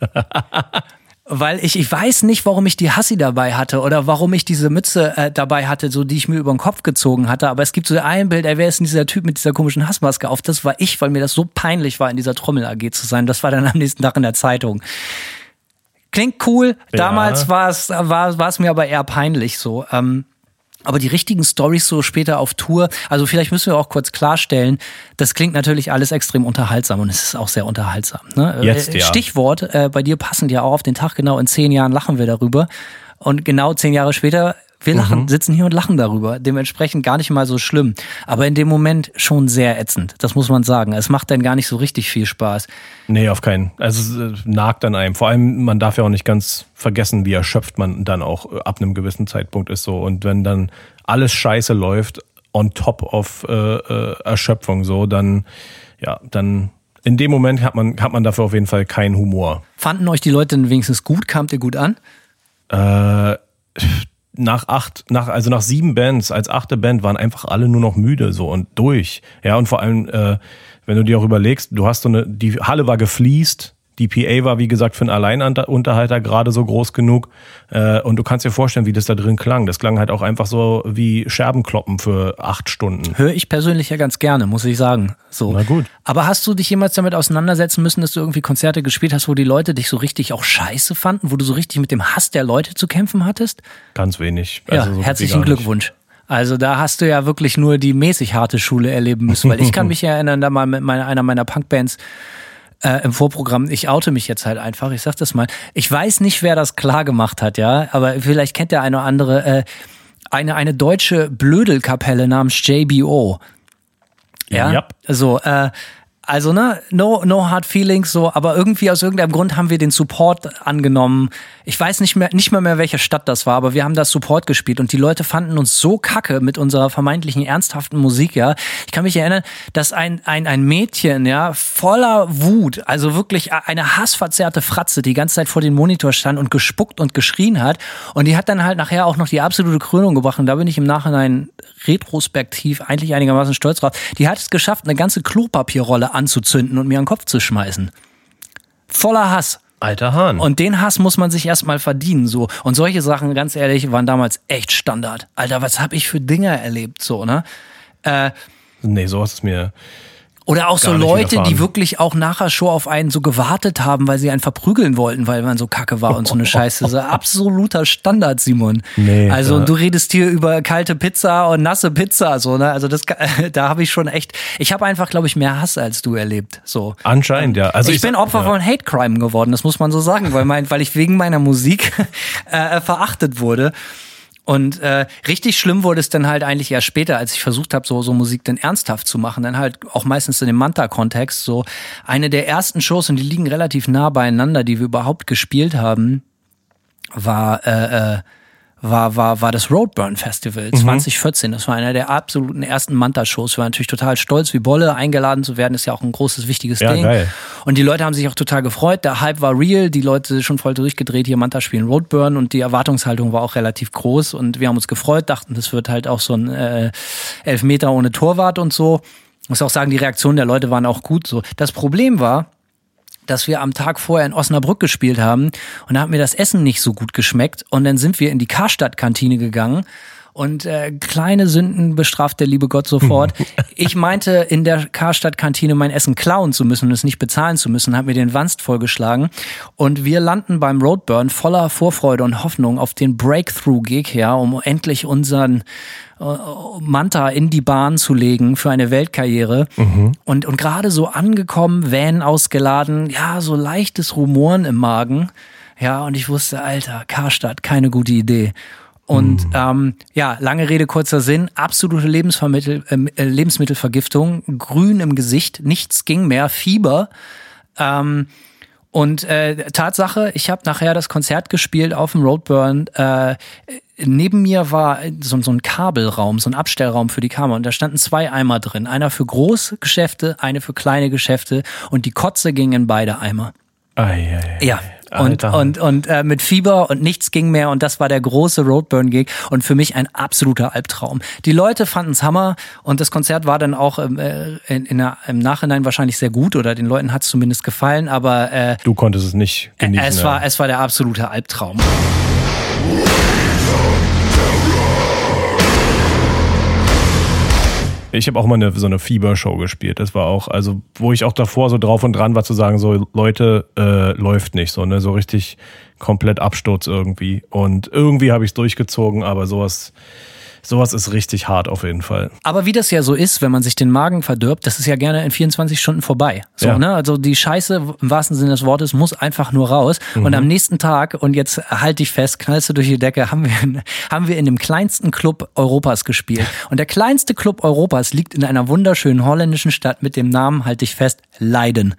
Weil ich, ich weiß nicht, warum ich die Hassi dabei hatte oder warum ich diese Mütze äh, dabei hatte, so die ich mir über den Kopf gezogen hatte. Aber es gibt so ein Bild, ey, wer ist denn dieser Typ mit dieser komischen Hassmaske auf? Das war ich, weil mir das so peinlich war, in dieser Trommel-A G zu sein. Das war dann am nächsten Tag in der Zeitung. Klingt cool. Damals ja. war es war, war es mir aber eher peinlich so. Ähm, aber die richtigen Storys so später auf Tour, also vielleicht müssen wir auch kurz klarstellen, das klingt natürlich alles extrem unterhaltsam und es ist auch sehr unterhaltsam. Ne? Jetzt, ja. Stichwort, äh, bei dir passend ja auch auf den Tag genau, in zehn Jahren lachen wir darüber. Und genau zehn Jahre später, wir lachen, mhm. sitzen hier und lachen darüber. Dementsprechend gar nicht mal so schlimm. Aber in dem Moment schon sehr ätzend. Das muss man sagen. Es macht dann gar nicht so richtig viel Spaß. Nee, auf keinen. Also es nagt an einem. Vor allem, man darf ja auch nicht ganz vergessen, wie erschöpft man dann auch ab einem gewissen Zeitpunkt ist so. Und wenn dann alles scheiße läuft, on top of äh, äh, Erschöpfung so, dann, ja, dann in dem Moment hat man, hat man dafür auf jeden Fall keinen Humor. Fanden euch die Leute denn wenigstens gut? Kamt ihr gut an? Äh, nach acht, nach, also nach sieben Bands, als achte Band waren einfach alle nur noch müde so und durch. Ja, und vor allem, äh, wenn du dir auch überlegst, du hast so eine, die Halle war gefliest, die P A war, wie gesagt, für einen Alleinunterhalter gerade so groß genug. Äh, und du kannst dir vorstellen, wie das da drin klang. Das klang halt auch einfach so wie Scherbenkloppen für acht Stunden. Höre ich persönlich ja ganz gerne, muss ich sagen. So. Na gut. Aber hast du dich jemals damit auseinandersetzen müssen, dass du irgendwie Konzerte gespielt hast, wo die Leute dich so richtig auch scheiße fanden, wo du so richtig mit dem Hass der Leute zu kämpfen hattest? Ganz wenig. Also ja, so herzlichen Glückwunsch. Also da hast du ja wirklich nur die mäßig harte Schule erleben müssen. Weil ich kann mich erinnern, da mal mit meiner, einer meiner Punkbands Äh, im Vorprogramm, ich oute mich jetzt halt einfach, ich sag das mal, ich weiß nicht, wer das klar gemacht hat, ja, aber vielleicht kennt der eine oder andere, äh, eine, eine deutsche Blödelkapelle namens J B O. Ja, yep. so, äh, also, ne, no, no hard feelings, so, aber irgendwie aus irgendeinem Grund haben wir den Support angenommen. Ich weiß nicht mehr, nicht mehr mehr, welche Stadt das war, aber wir haben das Support gespielt und die Leute fanden uns so kacke mit unserer vermeintlichen ernsthaften Musik, ja. Ich kann mich erinnern, dass ein, ein, ein Mädchen, ja, voller Wut, also wirklich eine hassverzerrte Fratze, die ganze Zeit vor dem Monitor stand und gespuckt und geschrien hat, und die hat dann halt nachher auch noch die absolute Krönung gebracht, und da bin ich im Nachhinein retrospektiv eigentlich einigermaßen stolz drauf. Die hat es geschafft, eine ganze Klopapierrolle anzuzünden und mir an den Kopf zu schmeißen. Voller Hass. Alter Hahn. Und den Hass muss man sich erstmal verdienen, so. Und solche Sachen, ganz ehrlich, waren damals echt Standard. Alter, was hab ich für Dinger erlebt, so, ne? Äh, nee, sowas ist mir... Oder auch so Leute, die wirklich auch nach der Show auf einen so gewartet haben, weil sie einen verprügeln wollten, weil man so kacke war und so eine Scheiße. So absoluter Standard, Simon. Nee, also du redest hier über kalte Pizza und nasse Pizza, so, ne? Also das, da habe ich schon echt, ich habe einfach, glaube ich, mehr Hass als du erlebt, so. Anscheinend, ja. Also ich, ich bin Opfer ja. von Hate Crime geworden, das muss man so sagen, weil mein, weil ich wegen meiner Musik äh, verachtet wurde. Und äh, richtig schlimm wurde es dann halt eigentlich erst später, als ich versucht habe, so so Musik dann ernsthaft zu machen. Dann halt auch meistens in dem Manta-Kontext. So eine der ersten Shows, und die liegen relativ nah beieinander, die wir überhaupt gespielt haben, war äh, äh, war war war das Roadburn Festival zwanzig vierzehn. Das war einer der absoluten ersten Manta-Shows. Wir waren natürlich total stolz, wie Bolle eingeladen zu werden. Ist ja auch ein großes, wichtiges ja, Ding. Geil. Und die Leute haben sich auch total gefreut. Der Hype war real. Die Leute sind schon voll durchgedreht. Hier Manta spielen Roadburn, und die Erwartungshaltung war auch relativ groß. Und wir haben uns gefreut, dachten, das wird halt auch so ein äh, Elfmeter ohne Torwart und so. Ich muss auch sagen, die Reaktionen der Leute waren auch gut. So. Das Problem war, dass wir am Tag vorher in Osnabrück gespielt haben, und da hat mir das Essen nicht so gut geschmeckt, und dann sind wir in die Karstadt-Kantine gegangen, und äh, kleine Sünden bestraft der liebe Gott sofort. Ich meinte, in der Karstadt-Kantine mein Essen klauen zu müssen und es nicht bezahlen zu müssen, habe mir den Wanst vollgeschlagen, und wir landen beim Roadburn voller Vorfreude und Hoffnung auf den Breakthrough-Gig, ja, um endlich unseren Manta in die Bahn zu legen für eine Weltkarriere. Mhm. Und, und gerade so angekommen, Van ausgeladen, ja, so leichtes Rumoren im Magen. Ja, und ich wusste, Alter, Karstadt, keine gute Idee. Und mm. ähm, ja, lange Rede, kurzer Sinn, absolute Lebensvermittel, äh, Lebensmittelvergiftung, grün im Gesicht, nichts ging mehr, Fieber. Ähm, und äh, Tatsache, ich habe nachher das Konzert gespielt auf dem Roadburn. Äh, neben mir war so, so ein Kabelraum, so ein Abstellraum für die Kamera. Und da standen zwei Eimer drin. Einer für große Geschäfte, eine für kleine Geschäfte. Und die Kotze ging in beide Eimer. Ei, ei, ei. Ja. Und, und, und äh, mit Fieber und nichts ging mehr und das war der große Roadburn-Gig und für mich ein absoluter Albtraum. Die Leute fanden's Hammer und das Konzert war dann auch äh, in, in der, im Nachhinein wahrscheinlich sehr gut oder den Leuten hat's zumindest gefallen, aber äh, du konntest es nicht genießen. Äh, es, war, es war der absolute Albtraum. Ich habe auch mal eine, so eine Fiebershow gespielt. Das war auch, also wo ich auch davor so drauf und dran war zu sagen, so Leute, äh, läuft nicht so, ne, so richtig komplett Absturz irgendwie. Und irgendwie habe ich es durchgezogen, aber sowas, sowas ist richtig hart auf jeden Fall. Aber wie das ja so ist, wenn man sich den Magen verdirbt, das ist ja gerne in vierundzwanzig Stunden vorbei. So, ja. ne? Also die Scheiße im wahrsten Sinne des Wortes muss einfach nur raus. Mhm. Und am nächsten Tag, und jetzt halt dich fest, knallst du durch die Decke, haben wir, haben wir in dem kleinsten Club Europas gespielt. Und der kleinste Club Europas liegt in einer wunderschönen holländischen Stadt mit dem Namen, halt dich fest, Leiden.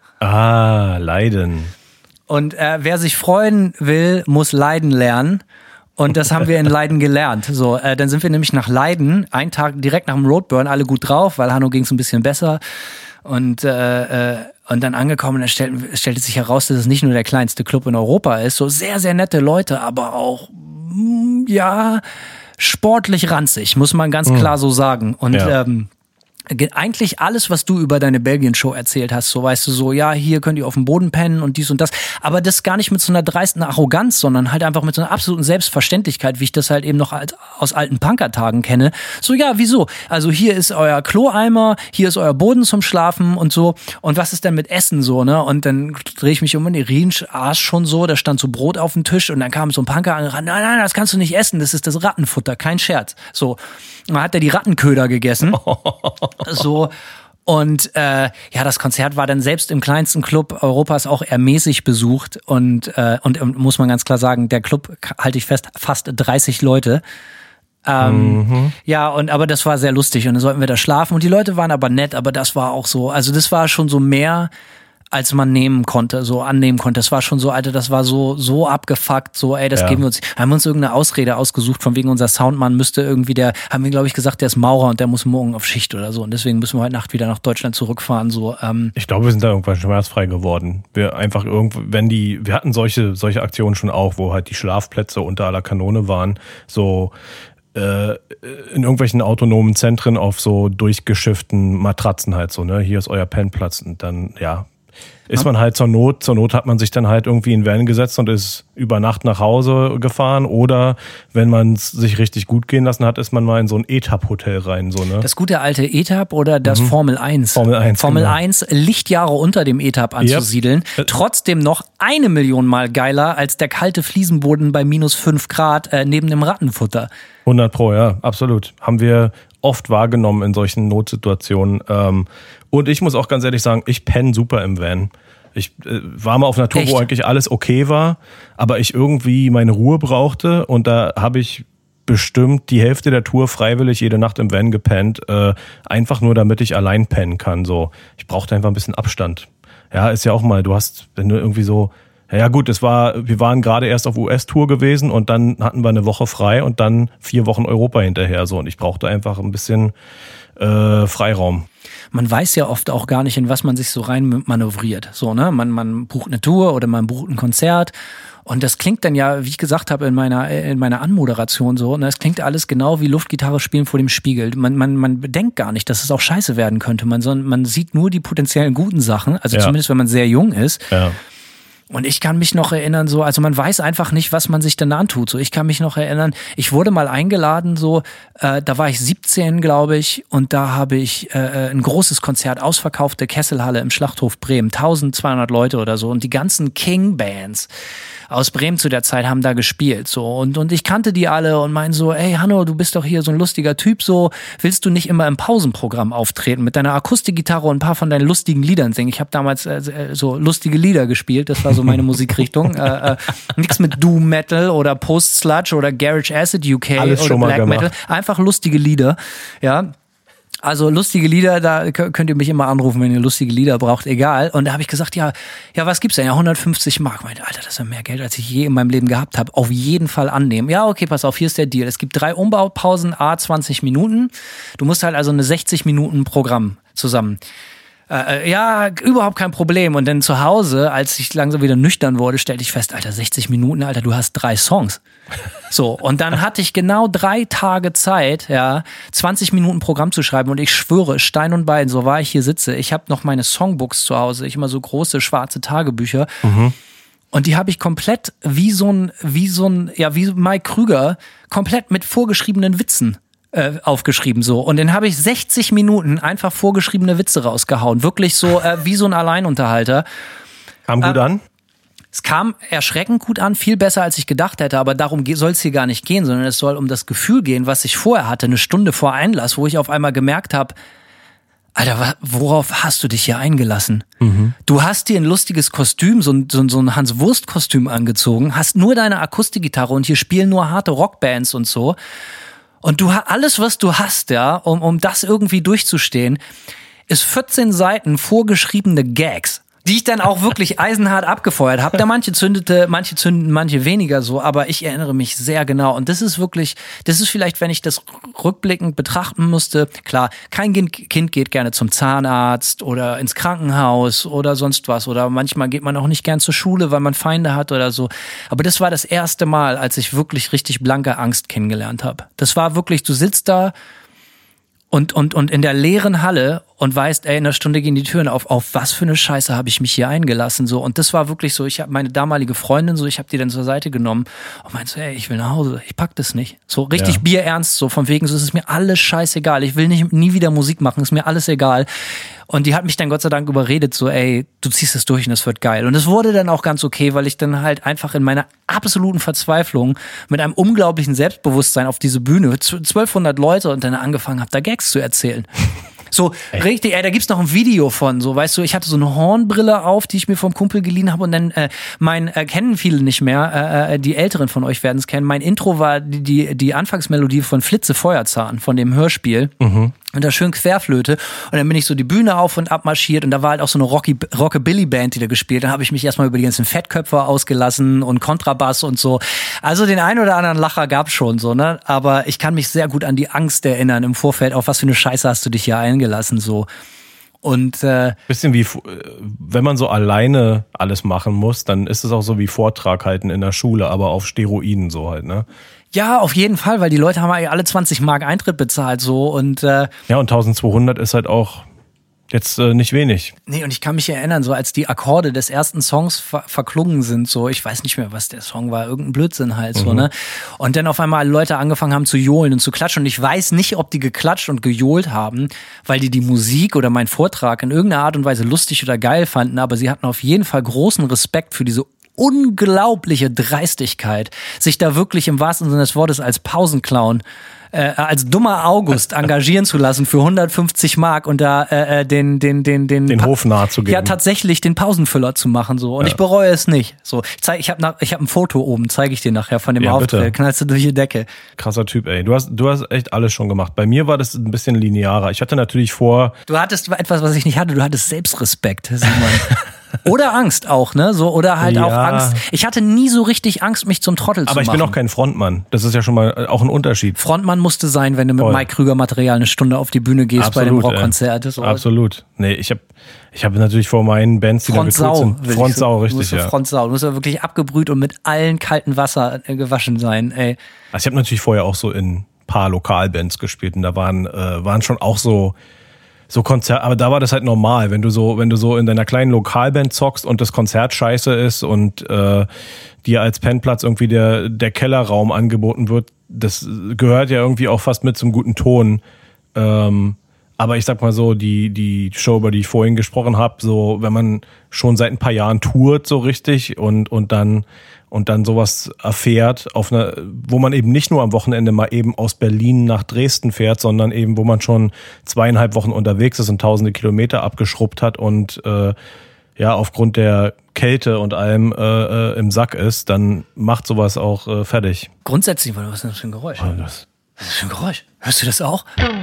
Ah, Leiden. Und äh, wer sich freuen will, muss Leiden lernen. Und das haben wir in Leiden gelernt. So, äh, dann sind wir nämlich nach Leiden, einen Tag direkt nach dem Roadburn, alle gut drauf, weil Hanno ging es ein bisschen besser. Und äh, äh, und dann angekommen, dann stellt, stellte sich heraus, dass es nicht nur der kleinste Club in Europa ist. So sehr, sehr nette Leute, aber auch, ja, sportlich ranzig, muss man ganz klar so sagen. Und ja. ähm, eigentlich alles, was du über deine Belgien-Show erzählt hast, so weißt du so, ja, hier könnt ihr auf dem Boden pennen und dies und das, aber das gar nicht mit so einer dreisten Arroganz, sondern halt einfach mit so einer absoluten Selbstverständlichkeit, wie ich das halt eben noch als, aus alten Punkertagen kenne. So, ja, wieso? Also hier ist euer Kloeimer, hier ist euer Boden zum Schlafen und so, und was ist denn mit Essen so, ne? Und dann drehe ich mich um und die Rien aß schon so, da stand so Brot auf dem Tisch und dann kam so ein Punker angerannt, nein, nein, das kannst du nicht essen, das ist das Rattenfutter, kein Scherz. So, dann hat er die Rattenköder gegessen. So, und äh, ja, das Konzert war dann selbst im kleinsten Club Europas auch eher mäßig besucht und, äh, und, und muss man ganz klar sagen, der Club, halte ich fest, fast dreißig Leute. Ähm, mhm. Ja, und aber das war sehr lustig und dann sollten wir da schlafen und die Leute waren aber nett, aber das war auch so, also das war schon so mehr, als man nehmen konnte, so annehmen konnte. Das war schon so, Alter, das war so so abgefuckt, so, ey, das ja. geben wir uns. Haben wir uns irgendeine Ausrede ausgesucht, von wegen unser Soundmann müsste irgendwie, der, haben wir, glaube ich, gesagt, der ist Maurer und der muss morgen auf Schicht oder so. Und deswegen müssen wir heute Nacht wieder nach Deutschland zurückfahren. So, ähm. Ich glaube, wir sind da irgendwann schmerzfrei geworden. Wir einfach irgendwo, wenn die, wir hatten solche, solche Aktionen schon auch, wo halt die Schlafplätze unter aller Kanone waren, so äh, in irgendwelchen autonomen Zentren auf so durchgeschifften Matratzen halt so, ne, hier ist euer Pennplatz und dann, ja, ist man halt zur Not, zur Not hat man sich dann halt irgendwie in den Van gesetzt und ist über Nacht nach Hause gefahren, oder wenn man es sich richtig gut gehen lassen hat, ist man mal in so ein E T A P-Hotel rein. So, ne? Das gute alte E T A P oder das mhm. Formel eins? Formel eins. Formel genau. eins, Lichtjahre unter dem E T A P anzusiedeln. Yep. Trotzdem noch eine Million Mal geiler als der kalte Fliesenboden bei minus fünf Grad äh, neben dem Rattenfutter. hundert Pro, ja, absolut. Haben wir oft wahrgenommen in solchen Notsituationen. Ähm, und ich muss auch ganz ehrlich sagen, ich penne super im Van. Ich äh, war mal auf einer Tour, Echt? wo eigentlich alles okay war, aber ich irgendwie meine Ruhe brauchte, und da habe ich bestimmt die Hälfte der Tour freiwillig jede Nacht im Van gepennt, äh, einfach nur damit ich allein pennen kann. So, ich brauchte einfach ein bisschen Abstand. Ja, ist ja auch mal, du hast, wenn du irgendwie so, ja gut, es war, wir waren gerade erst auf U S-Tour gewesen und dann hatten wir eine Woche frei und dann vier Wochen Europa hinterher, so, und ich brauchte einfach ein bisschen äh, Freiraum. Man weiß ja oft auch gar nicht, in was man sich so rein manövriert. So, ne? Man, man bucht eine Tour oder man bucht ein Konzert. Und das klingt dann ja, wie ich gesagt habe in meiner, in meiner Anmoderation so, ne? Das klingt alles genau wie Luftgitarre spielen vor dem Spiegel. Man, man, man bedenkt gar nicht, dass es auch scheiße werden könnte. Man, man sieht nur die potenziellen guten Sachen, also ja. zumindest wenn man sehr jung ist. Ja. Und ich kann mich noch erinnern, so, also man weiß einfach nicht, was man sich dann antut. So, ich kann mich noch erinnern, ich wurde mal eingeladen, so, äh, da war ich siebzehn, glaube ich, und da habe ich äh, ein großes Konzert, ausverkaufte Kesselhalle im Schlachthof Bremen, zwölfhundert Leute oder so, und die ganzen King-Bands aus Bremen zu der Zeit haben da gespielt, so, und und ich kannte die alle und mein so, ey Hanno, du bist doch hier so ein lustiger Typ, so, willst du nicht immer im Pausenprogramm auftreten, mit deiner Akustikgitarre und ein paar von deinen lustigen Liedern singen? Ich habe damals äh, so lustige Lieder gespielt, das war so so meine Musikrichtung. äh, äh, Nichts mit Doom Metal oder Post Sludge oder Garage Acid U K Alles oder schon mal Black gemacht. Metal. Einfach lustige Lieder, ja. Also lustige Lieder, da könnt ihr mich immer anrufen, wenn ihr lustige Lieder braucht, egal. Und da habe ich gesagt, ja, ja, was gibt's denn? Ja, hundertfünfzig Mark. Ich meinte, Alter, das ist ja mehr Geld, als ich je in meinem Leben gehabt habe. Auf jeden Fall annehmen. Ja, okay, pass auf, hier ist der Deal. Es gibt drei Umbaupausen, a zwanzig Minuten. Du musst halt also eine sechzig Minuten Programm zusammen. Äh, ja, überhaupt kein Problem. Und dann zu Hause, als ich langsam wieder nüchtern wurde, stellte ich fest, Alter, sechzig Minuten, Alter, du hast drei Songs. So, und dann hatte ich genau drei Tage Zeit, ja, zwanzig Minuten Programm zu schreiben. Und ich schwöre, Stein und Bein, so wahr ich hier sitze, ich habe noch meine Songbooks zu Hause, ich immer so große schwarze Tagebücher. Mhm. Und die habe ich komplett wie so ein, wie so ein, ja, wie Mike Krüger, komplett mit vorgeschriebenen Witzen äh, aufgeschrieben so. Und dann habe ich sechzig Minuten einfach vorgeschriebene Witze rausgehauen. Wirklich so äh, wie so ein Alleinunterhalter. Kam gut äh, an? Es kam erschreckend gut an, viel besser als ich gedacht hätte, aber darum soll es hier gar nicht gehen, sondern es soll um das Gefühl gehen, was ich vorher hatte, eine Stunde vor Einlass, wo ich auf einmal gemerkt habe, Alter, worauf hast du dich hier eingelassen? Mhm. Du hast dir ein lustiges Kostüm, so ein, so ein, so ein Hans-Wurst-Kostüm angezogen, hast nur deine Akustikgitarre und hier spielen nur harte Rockbands und so. Und du alles, was du hast, ja, um, um das irgendwie durchzustehen, ist vierzehn Seiten vorgeschriebene Gags, die ich dann auch wirklich eisenhart abgefeuert habe. Da manche zündete, manche zünden, manche weniger so, aber ich erinnere mich sehr genau. Und das ist wirklich, das ist vielleicht, wenn ich das rückblickend betrachten müsste, klar, kein Kind geht gerne zum Zahnarzt oder ins Krankenhaus oder sonst was. Oder manchmal geht man auch nicht gern zur Schule, weil man Feinde hat oder so. Aber das war das erste Mal, als ich wirklich richtig blanke Angst kennengelernt habe. Das war wirklich, du sitzt da und, und, und in der leeren Halle und weißt, ey, in einer Stunde gehen die Türen auf. Auf was für eine Scheiße habe ich mich hier eingelassen? So. Und das war wirklich so, ich habe meine damalige Freundin so, ich habe die dann zur Seite genommen und meinte so, ey, ich will nach Hause, ich pack das nicht. So richtig ja. Bierernst, so von wegen, so es ist mir alles scheißegal. Ich will nicht nie wieder Musik machen, ist mir alles egal. Und die hat mich dann Gott sei Dank überredet, so, ey, du ziehst es durch und es wird geil. Und es wurde dann auch ganz okay, weil ich dann halt einfach in meiner absoluten Verzweiflung mit einem unglaublichen Selbstbewusstsein auf diese Bühne, zwölfhundert Leute, und dann angefangen habe, da Gags zu erzählen. So, echt? Richtig, ey, da gibt's noch ein Video von, so, weißt du, ich hatte so eine Hornbrille auf, die ich mir vom Kumpel geliehen habe und dann, äh, mein, äh, kennen viele nicht mehr, äh, die Älteren von euch werden es kennen, mein Intro war die, die, die Anfangsmelodie von Flitze Feuerzahn, von dem Hörspiel. Mhm. Und da schön Querflöte. Und dann bin ich so die Bühne auf und ab marschiert und da war halt auch so eine Rocky, Rockabilly-Band, die da gespielt. Dann habe ich mich erstmal über die ganzen Fettköpfe ausgelassen und Kontrabass und so. Also den einen oder anderen Lacher gab's schon so, ne? Aber ich kann mich sehr gut an die Angst erinnern im Vorfeld, auf was für eine Scheiße hast du dich hier eingelassen, so. Und äh, bisschen wie, wenn man so alleine alles machen muss, dann ist es auch so wie Vortrag halten in der Schule, aber auf Steroiden so halt, ne? Ja, auf jeden Fall, weil die Leute haben alle zwanzig Mark Eintritt bezahlt so und äh, ja, und eintausendzweihundert ist halt auch jetzt äh, nicht wenig. Nee, und ich kann mich erinnern, so als die Akkorde des ersten Songs ver- verklungen sind, so, ich weiß nicht mehr, was der Song war, irgendein Blödsinn halt, mhm. so, ne? Und dann auf einmal alle Leute angefangen haben zu johlen und zu klatschen und ich weiß nicht, ob die geklatscht und gejohlt haben, weil die die Musik oder meinen Vortrag in irgendeiner Art und Weise lustig oder geil fanden, aber sie hatten auf jeden Fall großen Respekt für diese unglaubliche Dreistigkeit, sich da wirklich im wahrsten Sinne des Wortes als Pausenclown, äh, als dummer August engagieren zu lassen für hundertfünfzig Mark und da äh, den den den den den Hof nahe zu geben. Ja, tatsächlich den Pausenfüller zu machen so und ja. Ich bereue es nicht. So, ich zeig, ich habe ich habe ein Foto oben, zeige ich dir nachher von dem ja, Auftritt. Bitte. Knallst du durch die Decke. Krasser Typ, ey. Du hast du hast echt alles schon gemacht. Bei mir war das ein bisschen linearer. Ich hatte natürlich vor. Du hattest etwas, was ich nicht hatte. Du hattest Selbstrespekt, Simon. Oder Angst auch, ne? So, oder halt ja. auch Angst. Ich hatte nie so richtig Angst, mich zum Trottel zu machen. Aber ich machen. bin auch kein Frontmann. Das ist ja schon mal auch ein Unterschied. Frontmann musste sein, wenn du mit Voll. Mike Krüger Material eine Stunde auf die Bühne gehst Absolut, bei dem Rockkonzert. So. Absolut. Nee, ich habe ich hab natürlich vor meinen Bands, die Frontsau, da sind. Frontsau, richtig, ja. Frontsau. Du musst ja wirklich abgebrüht und mit allen kalten Wasser gewaschen sein, ey. Also ich habe natürlich vorher auch so in ein paar Lokalbands gespielt und da waren, äh, waren schon auch so So Konzert, aber da war das halt normal, wenn du so, wenn du so in deiner kleinen Lokalband zockst und das Konzert scheiße ist und äh, dir als Pennplatz irgendwie der der Kellerraum angeboten wird, das gehört ja irgendwie auch fast mit zum guten Ton. Ähm, aber ich sag mal so, die die Show, über die ich vorhin gesprochen habe, so wenn man schon seit ein paar Jahren tourt so richtig und und dann und dann sowas erfährt, auf einer, wo man eben nicht nur am Wochenende mal eben aus Berlin nach Dresden fährt, sondern eben, wo man schon zweieinhalb Wochen unterwegs ist und tausende Kilometer abgeschrubbt hat und äh, ja, aufgrund der Kälte und allem äh, äh, im Sack ist, dann macht sowas auch äh, fertig. Grundsätzlich, was ist das für ein Geräusch? Oh, das Was ist das für ein Geräusch? Hörst du das auch?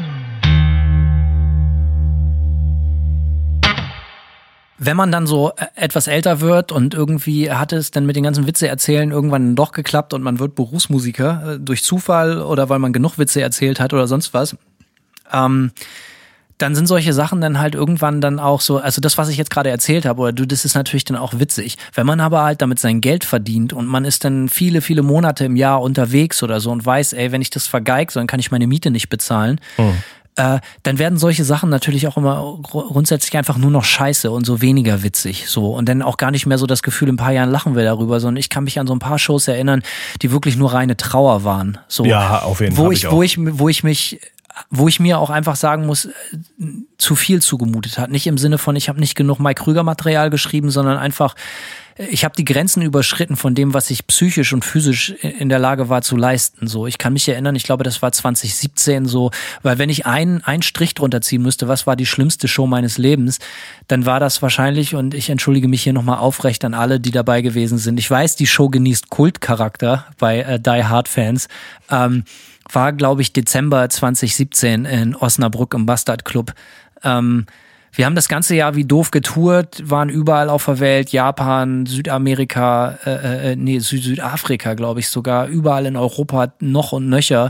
Wenn man dann so etwas älter wird und irgendwie hat es dann mit den ganzen Witze erzählen irgendwann doch geklappt und man wird Berufsmusiker äh, durch Zufall oder weil man genug Witze erzählt hat oder sonst was, ähm, dann sind solche Sachen dann halt irgendwann dann auch so, also das, was ich jetzt gerade erzählt habe, oder du, das ist natürlich dann auch witzig. Wenn man aber halt damit sein Geld verdient und man ist dann viele, viele Monate im Jahr unterwegs oder so und weiß, ey, wenn ich das vergeige, dann kann ich meine Miete nicht bezahlen, mhm. äh, dann werden solche Sachen natürlich auch immer grundsätzlich einfach nur noch scheiße und so weniger witzig. So. Und dann auch gar nicht mehr so das Gefühl, in ein paar Jahren lachen wir darüber, sondern ich kann mich an so ein paar Shows erinnern, die wirklich nur reine Trauer waren. So, ja, auf jeden Fall. Wo ich, wo ich, wo ich mich wo ich mir auch einfach sagen muss, zu viel zugemutet hat. Nicht im Sinne von, ich habe nicht genug Mike Krüger-Material geschrieben, sondern einfach, ich habe die Grenzen überschritten von dem, was ich psychisch und physisch in der Lage war zu leisten. So, ich kann mich erinnern, ich glaube, das war zwanzig siebzehn so, weil wenn ich einen, einen Strich drunter ziehen müsste, was war die schlimmste Show meines Lebens, dann war das wahrscheinlich, und ich entschuldige mich hier nochmal aufrecht an alle, die dabei gewesen sind. Ich weiß, die Show genießt Kultcharakter bei äh, Die Hard Fans. Ähm, war, glaube ich, Dezember zwanzig siebzehn in Osnabrück im Bastard Club. Ähm, wir haben das ganze Jahr wie doof getourt, waren überall auf der Welt, Japan, Südamerika, äh, äh, nee, Süd Südafrika, glaube ich sogar, überall in Europa noch und nöcher.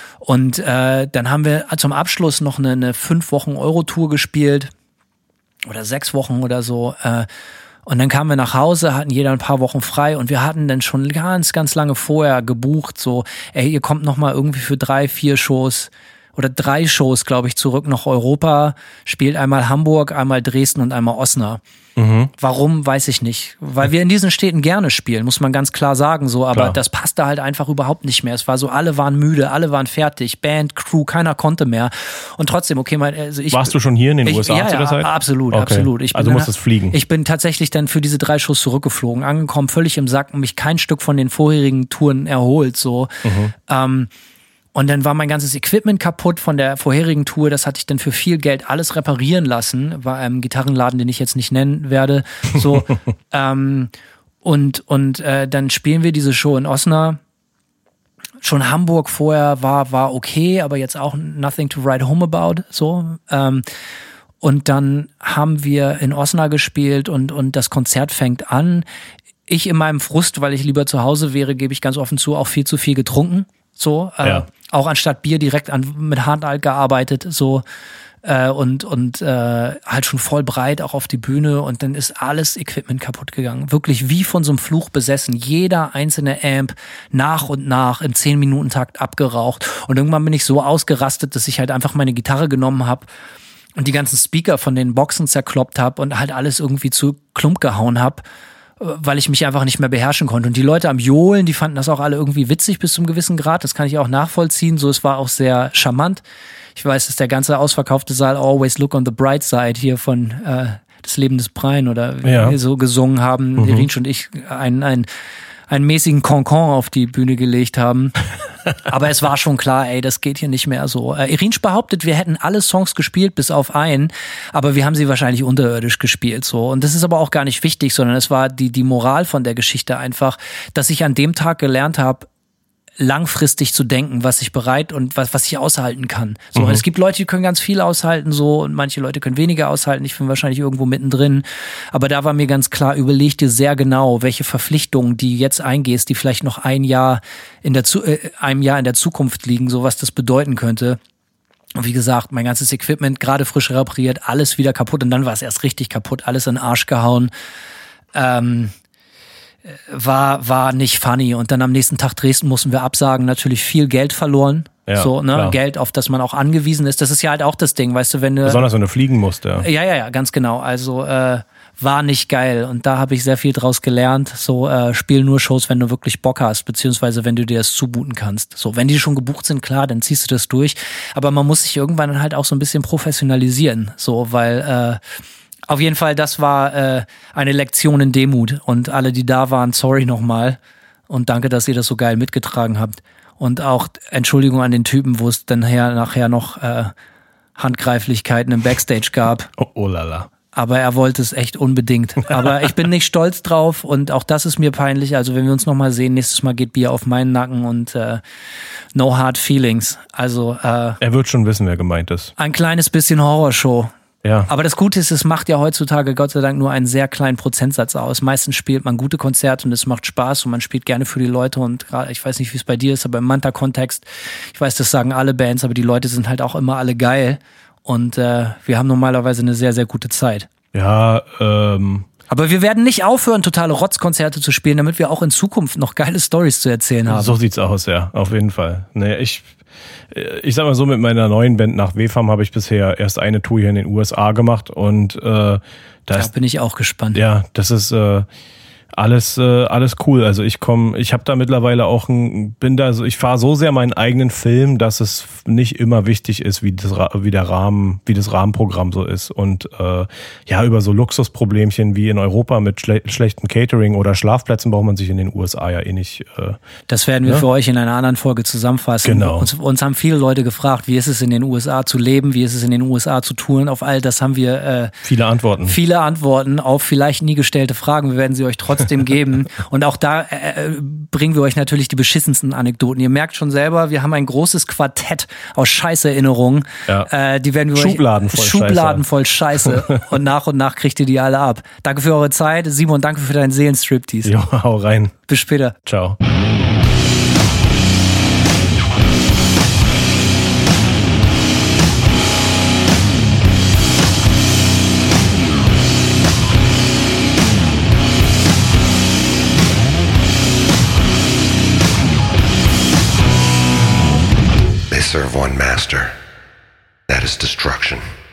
Und äh, dann haben wir zum Abschluss noch eine, eine fünf Wochen Euro-Tour gespielt oder sechs Wochen oder so. Äh, Und dann kamen wir nach Hause, hatten jeder ein paar Wochen frei und wir hatten dann schon ganz, ganz lange vorher gebucht, so, ey, ihr kommt noch mal irgendwie für drei, vier Shows oder drei Shows, glaube ich, zurück nach Europa, spielt einmal Hamburg, einmal Dresden und einmal Osnabrück. Mhm. Warum, weiß ich nicht. Weil wir in diesen Städten gerne spielen, muss man ganz klar sagen, so, aber klar. Das passte halt einfach überhaupt nicht mehr. Es war so, alle waren müde, alle waren fertig, Band, Crew, keiner konnte mehr. Und trotzdem, okay, mal, also ich. Warst du schon hier in den ich, U S A ja, zu der Zeit? Ja, absolut, okay. absolut. Ich also bin musstest dann, fliegen. Ich bin tatsächlich dann für diese drei Shows zurückgeflogen, angekommen, völlig im Sack und mich kein Stück von den vorherigen Touren erholt, so. Mhm. Ähm, Und dann war mein ganzes Equipment kaputt von der vorherigen Tour. Das hatte ich dann für viel Geld alles reparieren lassen. War ein Gitarrenladen, den ich jetzt nicht nennen werde. So ähm, und und äh, dann spielen wir diese Show in Osnabrück. Schon Hamburg vorher war war okay, aber jetzt auch nothing to write home about. So ähm, und dann haben wir in Osnabrück gespielt und und das Konzert fängt an. Ich in meinem Frust, weil ich lieber zu Hause wäre, gebe ich ganz offen zu, auch viel zu viel getrunken. So, äh, ja. Auch anstatt Bier direkt an, mit Hartalk gearbeitet, so, äh, und, und, äh, halt schon voll breit auch auf die Bühne und dann ist alles Equipment kaputt gegangen. Wirklich wie von so einem Fluch besessen. Jeder einzelne Amp nach und nach im zehn Minuten Takt abgeraucht und irgendwann bin ich so ausgerastet, dass ich halt einfach meine Gitarre genommen habe und die ganzen Speaker von den Boxen zerkloppt habe und halt alles irgendwie zu Klump gehauen habe, weil ich mich einfach nicht mehr beherrschen konnte. Und die Leute am Johlen, die fanden das auch alle irgendwie witzig bis zum gewissen Grad. Das kann ich auch nachvollziehen. So, es war auch sehr charmant. Ich weiß, dass der ganze ausverkaufte Saal Always Look on the Bright Side hier von äh, Das Leben des Brian oder ja. so gesungen haben. Mhm. Irinsch und ich einen, einen, einen mäßigen Concon auf die Bühne gelegt haben. Aber es war schon klar, ey, das geht hier nicht mehr so. Äh, Irinsch behauptet, wir hätten alle Songs gespielt, bis auf einen, aber wir haben sie wahrscheinlich unterirdisch gespielt, so. Und das ist aber auch gar nicht wichtig, sondern es war die, die Moral von der Geschichte einfach, dass ich an dem Tag gelernt habe, langfristig zu denken, was ich bereit und was, was ich aushalten kann. So, mhm. Es gibt Leute, die können ganz viel aushalten, so, und manche Leute können weniger aushalten. Ich bin wahrscheinlich irgendwo mittendrin. Aber da war mir ganz klar, überleg dir sehr genau, welche Verpflichtungen, die jetzt eingehst, die vielleicht noch ein Jahr in der, äh, einem Jahr in der Zukunft liegen, so was das bedeuten könnte. Und wie gesagt, mein ganzes Equipment gerade frisch repariert, alles wieder kaputt und dann war es erst richtig kaputt, alles in den Arsch gehauen. Ähm, war war nicht funny und dann am nächsten Tag Dresden mussten wir absagen, natürlich viel Geld verloren, ja, so, ne, klar. Geld, auf das man auch angewiesen ist, das ist ja halt auch das Ding, weißt du, wenn du besonders wenn du fliegen musst, ja. Ja, ja, ja, ganz genau, also äh, war nicht geil und da habe ich sehr viel draus gelernt, so äh, spiel nur Shows, wenn du wirklich Bock hast, beziehungsweise wenn du dir das zumuten kannst, so, wenn die schon gebucht sind, klar, dann ziehst du das durch, aber man muss sich irgendwann halt auch so ein bisschen professionalisieren, so, weil äh, auf jeden Fall, das war äh, eine Lektion in Demut und alle, die da waren, sorry nochmal und danke, dass ihr das so geil mitgetragen habt und auch Entschuldigung an den Typen, wo es dann her, nachher noch äh, Handgreiflichkeiten im Backstage gab. Oh, oh lala. aber er wollte es echt unbedingt. Aber ich bin nicht stolz drauf und auch das ist mir peinlich. Also wenn wir uns nochmal sehen, nächstes Mal geht Bier auf meinen Nacken und äh, no hard feelings. Also äh, er wird schon wissen, wer gemeint ist. Ein kleines bisschen Horrorshow. Ja. Aber das Gute ist, es macht ja heutzutage Gott sei Dank nur einen sehr kleinen Prozentsatz aus. Meistens spielt man gute Konzerte und es macht Spaß und man spielt gerne für die Leute und gerade, ich weiß nicht, wie es bei dir ist, aber im Manta-Kontext, ich weiß, das sagen alle Bands, aber die Leute sind halt auch immer alle geil. Und äh, wir haben normalerweise eine sehr, sehr gute Zeit. Ja, ähm... Aber wir werden nicht aufhören, totale Rotzkonzerte zu spielen, damit wir auch in Zukunft noch geile Storys zu erzählen haben. So sieht's aus, ja, auf jeden Fall. Nee, ich, ich sag mal so, mit meiner neuen Band nach W F A M habe ich bisher erst eine Tour hier in den U S A gemacht und äh, da da bin ich auch gespannt. Ja, das ist äh, alles äh, alles cool. Also ich komme, ich habe da mittlerweile auch ein, bin da so, ich fahre so sehr meinen eigenen Film, dass es nicht immer wichtig ist, wie das wie der Rahmen, wie das Rahmenprogramm so ist und äh, ja, über so Luxusproblemchen wie in Europa mit schle schlechtem Catering oder Schlafplätzen braucht man sich in den U S A ja eh nicht. Äh, das werden wir ja? für euch in einer anderen Folge zusammenfassen. Genau. Uns, uns haben viele Leute gefragt, wie ist es in den U S A zu leben, wie ist es in den U S A zu touren. Auf all das haben wir äh, viele Antworten. Viele Antworten auf vielleicht nie gestellte Fragen. Wir werden sie euch trotzdem geben. Und auch da äh, bringen wir euch natürlich die beschissensten Anekdoten. Ihr merkt schon selber, wir haben ein großes Quartett aus Scheißerinnerungen. Ja. Äh, die werden wir Schubladen euch voll Schubladen Scheiße. voll Scheiße. Und nach und nach kriegt ihr die alle ab. Danke für eure Zeit. Simon, danke für deinen Seelenstriptease. Jo, hau rein. Bis später. Ciao. They serve one master. That is destruction.